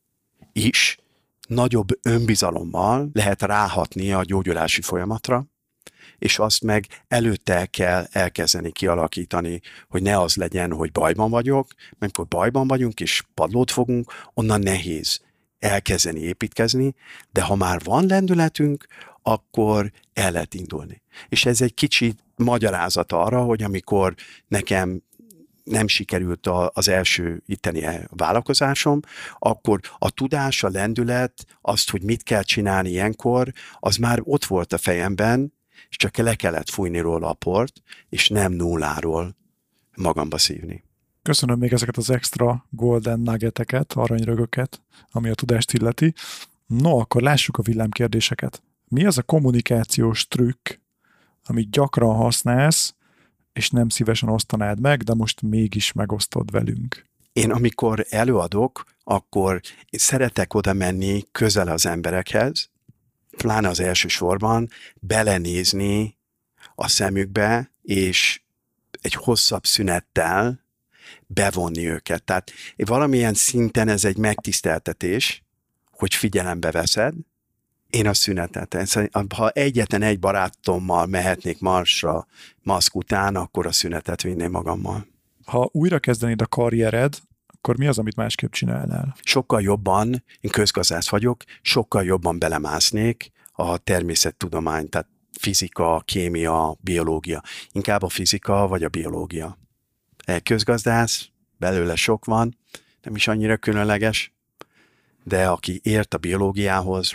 C: is nagyobb önbizalommal lehet ráhatni a gyógyulási folyamatra, és azt meg előtte kell elkezdeni kialakítani, hogy ne az legyen, hogy bajban vagyok, mert amikor bajban vagyunk és padlót fogunk, onnan nehéz elkezdeni építkezni, de ha már van lendületünk, akkor el lehet indulni. És ez egy kicsit magyarázat arra, hogy amikor nekem nem sikerült az első itteni vállalkozásom, akkor a tudás, a lendület, azt, hogy mit kell csinálni ilyenkor, az már ott volt a fejemben, és csak le kellett fújni róla a port, és nem nulláról magamba szívni.
B: Köszönöm még ezeket az extra golden nuggeteket, aranyrögöket, ami a tudást illeti. No, akkor lássuk a villámkérdéseket. Mi az a kommunikációs trükk, amit gyakran használsz, és nem szívesen osztanád meg, de most mégis megosztod velünk?
C: Én amikor előadok, akkor szeretek oda menni közel az emberekhez, pláne az első sorban belenézni a szemükbe, és egy hosszabb szünettel bevonni őket. Tehát valamilyen szinten ez egy megtiszteltetés, hogy figyelembe veszed. Én a szünetet. Ha egyetlen egy barátommal mehetnék marsra maszk után, akkor a szünetet vinném magammal.
B: Ha újra kezdenéd a karriered, akkor mi az, amit másképp csinálnál?
C: Sokkal jobban, én közgazdász vagyok, sokkal jobban belemásznék a természettudomány, tehát fizika, kémia, biológia. Inkább a fizika vagy a biológia. Egy közgazdász, belőle sok van, nem is annyira különleges, de aki ért a biológiához,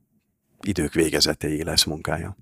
C: idők végezetéig lesz munkája.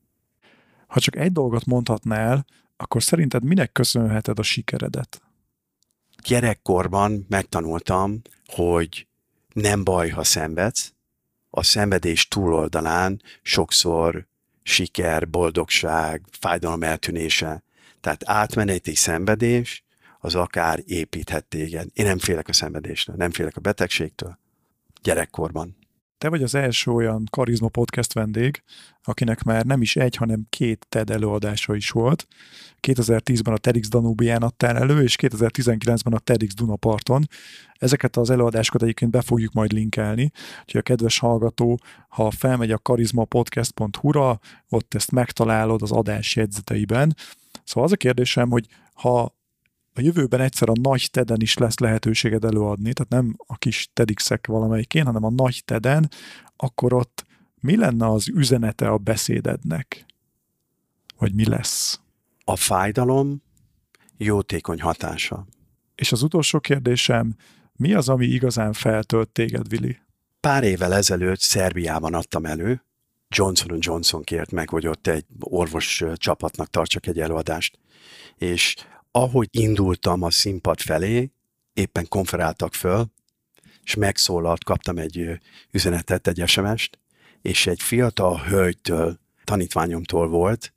B: Ha csak egy dolgot mondhatnál, akkor szerinted minek köszönheted a sikeredet?
C: Gyerekkorban megtanultam, hogy nem baj, ha szenvedsz. A szenvedés túloldalán sokszor siker, boldogság, fájdalom eltűnése. Tehát átmeneti szenvedés, az akár építhet téged. Én nem félek a szenvedéstől, nem félek a betegségtől gyerekkorban.
B: Te vagy az első olyan Karizma Podcast vendég, akinek már nem is egy, hanem két TED előadása is volt. kétezer-tízben a TEDx Danubián adtál elő, és kétezer-tizenkilencben a TEDx Dunaparton. Ezeket az előadásokat egyébként be fogjuk majd linkelni, úgyhogy a kedves hallgató, ha felmegy a karizmapodcast pont hu-ra, ott ezt megtalálod az adás jegyzeteiben. Szóval az a kérdésem, hogy ha a jövőben egyszer a nagy TED-en is lesz lehetőséged előadni, tehát nem a kis TEDx-ek valamelyikén, hanem a nagy TED-en, akkor ott mi lenne az üzenete a beszédednek? Vagy mi lesz?
C: A fájdalom jótékony hatása.
B: És az utolsó kérdésem, mi az, ami igazán feltölt téged, Vili?
C: Pár évvel ezelőtt Szerbiában adtam elő, Johnson and Johnson kért meg, hogy ott egy orvos csapatnak tartsak egy előadást, és ahogy indultam a színpad felé, éppen konferáltak föl, és megszólalt, kaptam egy üzenetet, egy es em est, és egy fiatal hölgytől, tanítványomtól volt,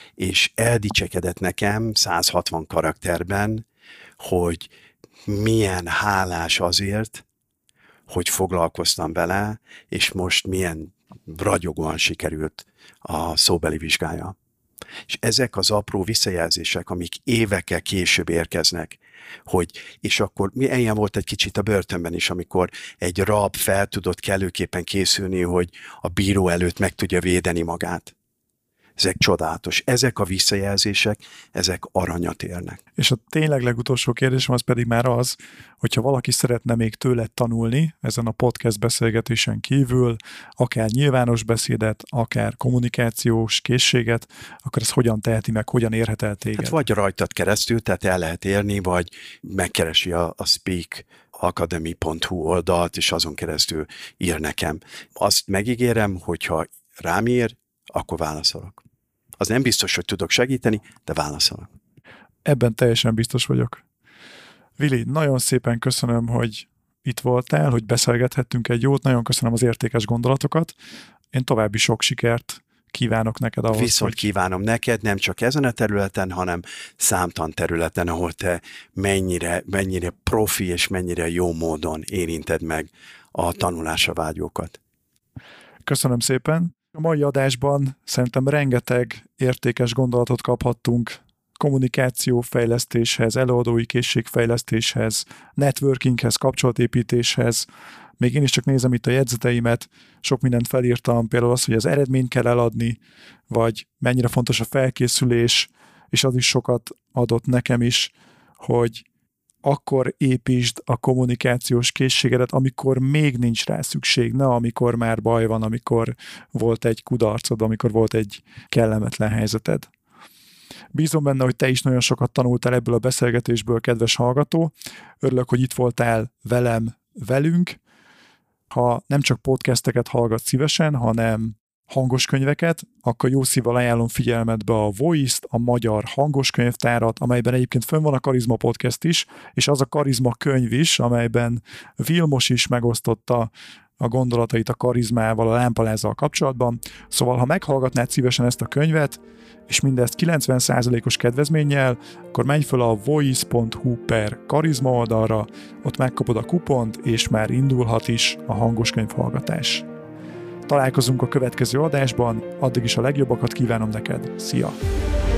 C: és eldicsekedett nekem száz hatvan karakterben, hogy milyen hálás azért, hogy foglalkoztam vele, és most milyen ragyogóan sikerült a szóbeli vizsgája. És ezek az apró visszajelzések, amik évekkel később érkeznek, hogy, és akkor ilyen volt egy kicsit a börtönben is, amikor egy rab fel tudott kellőképpen készülni, hogy a bíró előtt meg tudja védeni magát. Ezek csodálatos. Ezek a visszajelzések, ezek aranyat érnek.
B: És a tényleg legutolsó kérdésem az pedig már az, hogyha valaki szeretne még tőled tanulni ezen a podcast beszélgetésen kívül, akár nyilvános beszédet, akár kommunikációs készséget, akkor ez hogyan teheti meg, hogyan érhet el téged?
C: Hát vagy rajtad keresztül, tehát el lehet érni, vagy megkeresi a, a speak academy pont hu oldalt, és azon keresztül ír nekem. Azt megígérem, hogyha rám ír, akkor válaszolok. Az nem biztos, hogy tudok segíteni, de válaszolok.
B: Ebben teljesen biztos vagyok. Vili, nagyon szépen köszönöm, hogy itt voltál, hogy beszélgethettünk egy jót, nagyon köszönöm az értékes gondolatokat. Én további sok sikert kívánok neked ahhoz.
C: Viszont
B: hogy...
C: kívánom neked, nem csak ezen a területen, hanem számtalan területen, ahol te mennyire, mennyire profi és mennyire jó módon érinted meg a tanulásra vágyókat.
B: Köszönöm szépen. A mai adásban szerintem rengeteg értékes gondolatot kaphattunk kommunikációfejlesztéshez, előadói készségfejlesztéshez, networkinghez, kapcsolatépítéshez. Még én is csak nézem itt a jegyzeteimet, sok mindent felírtam, például az, hogy az eredményt kell eladni, vagy mennyire fontos a felkészülés, és az is sokat adott nekem is, hogy akkor építsd a kommunikációs készségedet, amikor még nincs rá szükség, ne amikor már baj van, amikor volt egy kudarcod, amikor volt egy kellemetlen helyzeted. Bízom benne, hogy te is nagyon sokat tanultál ebből a beszélgetésből, kedves hallgató. Örülök, hogy itt voltál velem, velünk. Ha nem csak podcasteket hallgatsz szívesen, hanem hangos könyveket, akkor jó szívvel ajánlom figyelmetbe a Voice-t, a magyar hangos könyvtárat, amelyben egyébként fönn van a Karizma Podcast is, és az a Karizma könyv is, amelyben Vilmos is megosztotta a gondolatait a karizmával, a lámpalázzal kapcsolatban. Szóval, ha meghallgatnád szívesen ezt a könyvet, és mindezt kilencven százalékos kedvezménnyel, akkor menj föl a voice pont hu per karizma oldalra, ott megkapod a kupont, és már indulhat is a hangos könyvhallgatás. Találkozunk a következő adásban, addig is a legjobbakat kívánom neked. Szia!